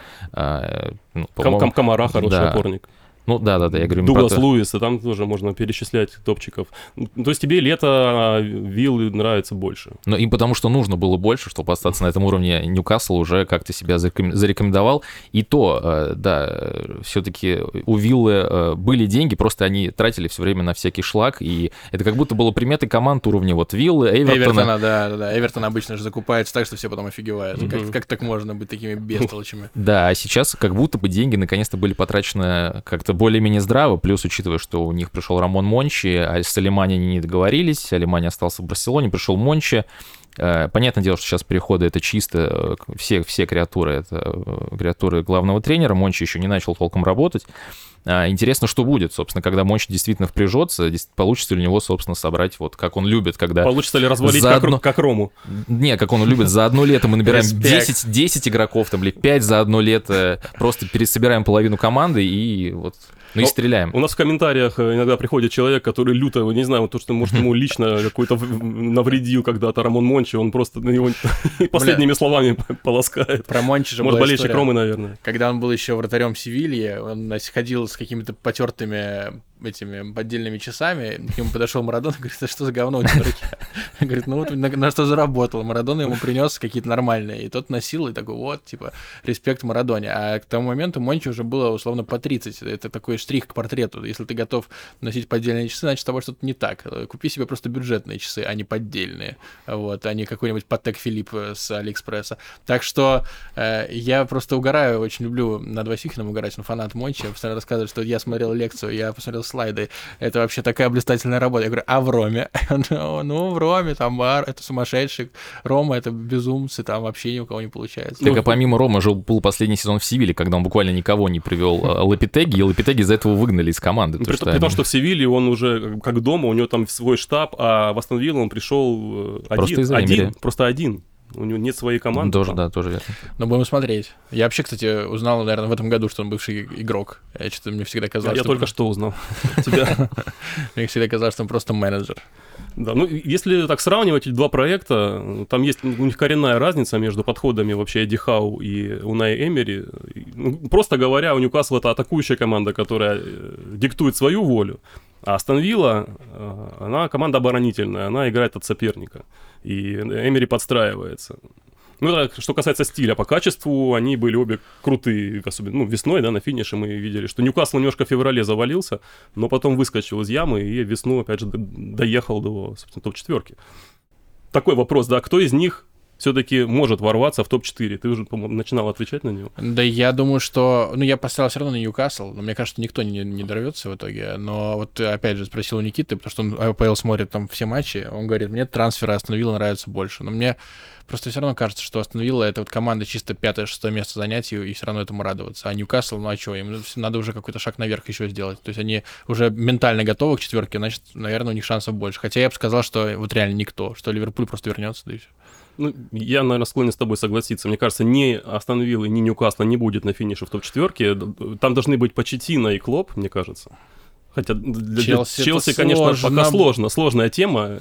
Ну, Кам Камара хороший да. опорник. Ну да, да, да, я говорю. Дуглас Луис, и там тоже можно перечислять топчиков. То есть тебе лето Виллы нравится больше. Ну им потому что нужно было больше, чтобы остаться на этом уровне. Ньюкасл уже как-то себя зарекомендовал. И то, да, все-таки у Виллы были деньги, просто они тратили все время на всякий шлак. И это как будто было приметой команд уровня вот Виллы, Эвертона. Эвертона, да, да, да. Эвертон обычно же закупается так, что все потом офигевают. Mm-hmm. Как, как так можно быть такими бестолочами? Да, а сейчас как будто бы деньги наконец-то были потрачены как-то более-менее здраво, плюс учитывая, что у них пришел Рамон Мончи, а с Алимани они не договорились, Алимани остался в Барселоне, пришел Мончи. Понятное дело, что сейчас переходы это чисто все, все креатуры, это креатуры главного тренера, Мончи еще не начал толком работать. Интересно, что будет, собственно, когда Мончи действительно впряжется, получится ли у него, собственно, собрать, вот как он любит, когда... Получится ли развалить как, одно... как Рому? Не, как он любит, за одно лето мы набираем десять, десять игроков, там, или пять за одно лето, просто пересобираем половину команды и вот... Ну и стреляем. У нас в комментариях иногда приходит человек, который люто, не знаю, то, что, может, ему лично какой-то навредил когда-то Рамон Мончи, он просто на него последними словами полоскает. Про Мончи же может, болельщик Ромы, наверное. Когда он был еще вратарем Севильи, он ходил с какими-то потертыми этими поддельными часами, к нему подошел Марадона и говорит, а что за говно у тебя в руке? Говорит, ну вот на, на что заработал. Марадона ему принес какие-то нормальные, и тот носил, и такой, вот, типа, респект Марадоне. А к тому моменту Мончи уже было, условно, по тридцать. Это такой штрих к портрету. Если ты готов носить поддельные часы, значит, с тобой что-то не так. Купи себе просто бюджетные часы, а не поддельные. Вот, а не какой-нибудь Патек Филипп с Алиэкспресса. Так что э, я просто угораю, очень люблю над Васюхиным угорать, он фанат Мончи, я постоянно рассказываю, что я смотрел лекцию, я посмотрел слайды, это вообще такая блистательная работа. Я говорю, а в Роме? ну, ну, в Роме, там бар, это сумасшедший, Рома, это безумцы, там вообще ни у кого не получается. Так, а помимо Рома же был последний сезон в Севилье, когда он буквально никого не привел Лопетеги, и Лопетеги из-за этого выгнали из команды. При, то, при том, что в Севилье он уже как дома, у него там свой штаб, а в Астон Виллу он пришел один, один, просто один. У него нет своей команды. Тоже, да, тоже верно. Но будем смотреть. Я вообще, кстати, узнал, наверное, в этом году, что он бывший игрок. Я что-то мне всегда казалось, Я что... только что узнал тебя. Мне всегда казалось, что он просто менеджер. Да, ну, если так сравнивать эти два проекта, там есть у них коренная разница между подходами вообще Эдди Хау и Унай Эмери. Ну, просто говоря, у Ньюкасла это атакующая команда, которая диктует свою волю. А Астон Вилла, она команда оборонительная, она играет от соперника. И Эмери подстраивается. Ну, это, что касается стиля, по качеству они были обе крутые, особенно ну, весной, да, на финише мы видели, что Ньюкасл немножко в феврале завалился, но потом выскочил из ямы и весну, опять же, доехал до, собственно, топ-четверки. Такой вопрос, да, кто из них все-таки может ворваться в топ четыре? Ты уже, по-моему, начинал отвечать на него. Да, я думаю, что... Ну, я поставил все равно на Ньюкасл, но мне кажется, что никто не, не дорвется в итоге. Но вот, опять же, спросил у Никиты, потому что он АПЛ смотрит там все матчи, он говорит, мне трансферы Астон Вилла нравятся больше. Но мне просто все равно кажется, что Астон Вилла — это вот команда чисто пятое-шестое место занять, и все равно этому радоваться. А Ньюкасл, ну а что, им надо уже какой-то шаг наверх еще сделать. То есть они уже ментально готовы к четверке, значит, наверное, у них шансов больше. Хотя я бы сказал, что вот реально никто, что Ливерпуль просто вернется, да и все. Ну, я, наверное, склонен с тобой согласиться. Мне кажется, ни Астон Виллы, ни Ньюкасла не будет на финише в топ-четверке. Там должны быть Почеттино и Клоп, мне кажется. Хотя для Челси, Челси конечно, сложно. Пока сложно, сложная тема,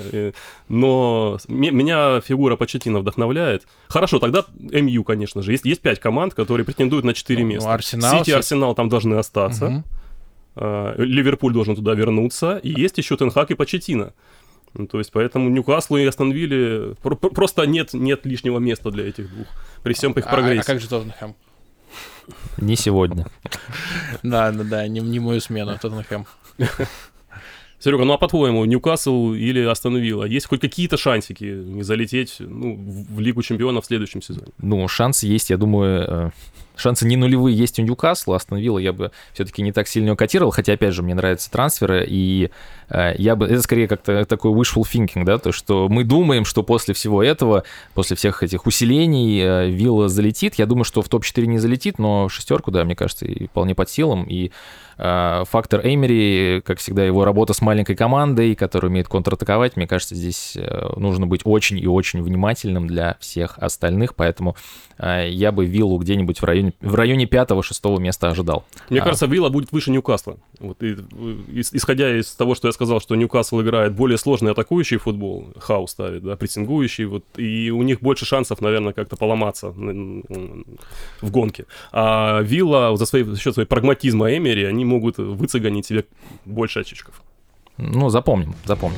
но меня фигура Почеттино вдохновляет. Хорошо, тогда эм ю, конечно же. Есть, есть пять команд, которые претендуют на четыре места. Ну, Арсенал, Сити и Арсенал там должны остаться. Угу. Ливерпуль должен туда вернуться, и есть еще Тен Хаг и Почеттино. Ну, то есть, поэтому Ньюкаслу и Астон Вилле просто нет, нет лишнего места для этих двух, при всем их прогрессе. А, а как же Тоттенхэм? Не сегодня. Да, да, да, не, не мою смену, Тоттенхэм. Серега, ну а по-твоему, Ньюкасл или Астон Вилла, есть хоть какие-то шансики не залететь ну, в Лигу Чемпионов в следующем сезоне? Ну, шансы есть, я думаю, шансы не нулевые есть у Ньюкасла. Астон Вилла я бы все-таки не так сильно его котировал, хотя, опять же, мне нравятся трансферы, и я бы, это скорее как-то такой wishful thinking, да, то, что мы думаем, что после всего этого, после всех этих усилений Вилла залетит. Я думаю, что в топ четыре не залетит, но в шестерку, да, мне кажется, и вполне под силам, и фактор Эмери, как всегда, его работа с маленькой командой, которая умеет контратаковать, мне кажется, здесь нужно быть очень и очень внимательным для всех остальных, поэтому я бы Виллу где-нибудь в районе, в районе пятого-шестого места ожидал. Мне а... кажется, Вилла будет выше Ньюкасла. Вот, и, исходя из того, что я сказал, что Ньюкасл играет более сложный атакующий футбол, Хау ставит, да, прессингующий, вот, и у них больше шансов, наверное, как-то поломаться в гонке. А Вилла за, свои, за счет своего прагматизма Эмери, они могут выцеганить себе больше очечков. Ну, запомним, запомним.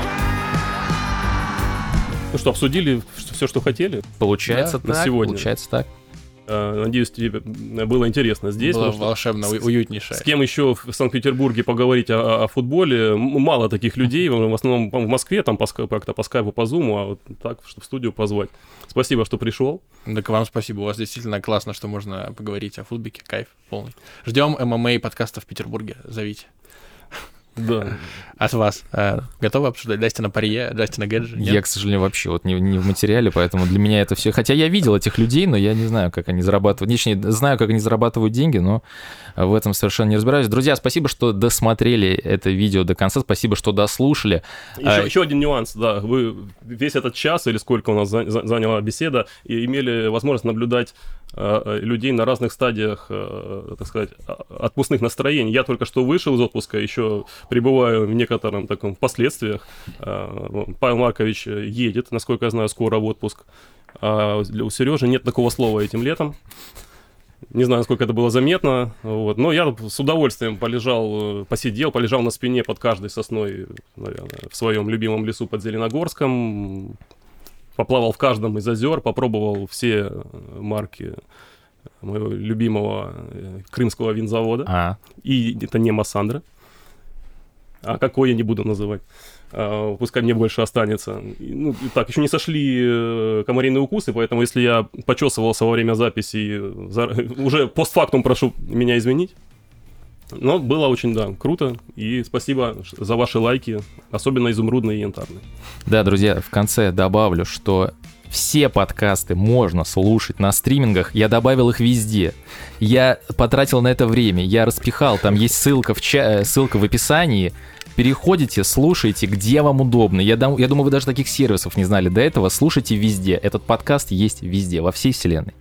Ну что, обсудили все, что хотели? Получается да, так, на сегодня. Получается так. Надеюсь, тебе было интересно здесь. Было волшебно, с, уютнейшее. С кем еще в Санкт-Петербурге поговорить о, о футболе? Мало таких людей, в основном в Москве, там по, как-то по скайпу, по зуму, а вот так, чтобы в студию позвать. Спасибо, что пришел. Так вам спасибо, у вас действительно классно, что можно поговорить о футбике, кайф полный. Ждем эм эм а подкаста в Петербурге, зовите. Да. От вас. А, готовы обсуждать Дастина Порье, Джастина Гэджи? Нет? Я, к сожалению, вообще вот не, не в материале, поэтому для меня это все... Хотя я видел этих людей, но я не знаю, как они зарабатывают... Точнее, знаю, как они зарабатывают деньги, но в этом совершенно не разбираюсь. Друзья, спасибо, что досмотрели это видео до конца, спасибо, что дослушали. Еще, а... еще один нюанс, да. Вы весь этот час, или сколько у нас заняла беседа, и имели возможность наблюдать людей на разных стадиях, так сказать, отпускных настроений. Я только что вышел из отпуска, еще пребываю в некотором таком последствиях. Павел Маркович едет, насколько я знаю, скоро в отпуск. А у Сережи нет такого слова этим летом. Не знаю, насколько это было заметно, вот. Но я с удовольствием полежал, посидел, полежал на спине под каждой сосной, наверное, в своем любимом лесу под Зеленогорском. Поплавал в каждом из озер, попробовал все марки моего любимого крымского винзавода. А. И это не Массандра. А какой я не буду называть. А, пускай мне больше останется. Ну, так, еще не сошли комариные укусы, поэтому если я почесывался во время записи, за... уже постфактум прошу меня извинить. Но было очень, да, круто. И спасибо за ваши лайки, особенно изумрудные и янтарные. Да, друзья, в конце добавлю, что все подкасты можно слушать на стримингах. Я добавил их везде. Я потратил на это время. Я распихал. Там есть ссылка в, ча- ссылка в описании. Переходите, слушайте, где вам удобно. Я, дам, я думаю, вы даже таких сервисов не знали до этого. Слушайте везде. Этот подкаст есть везде, во всей вселенной.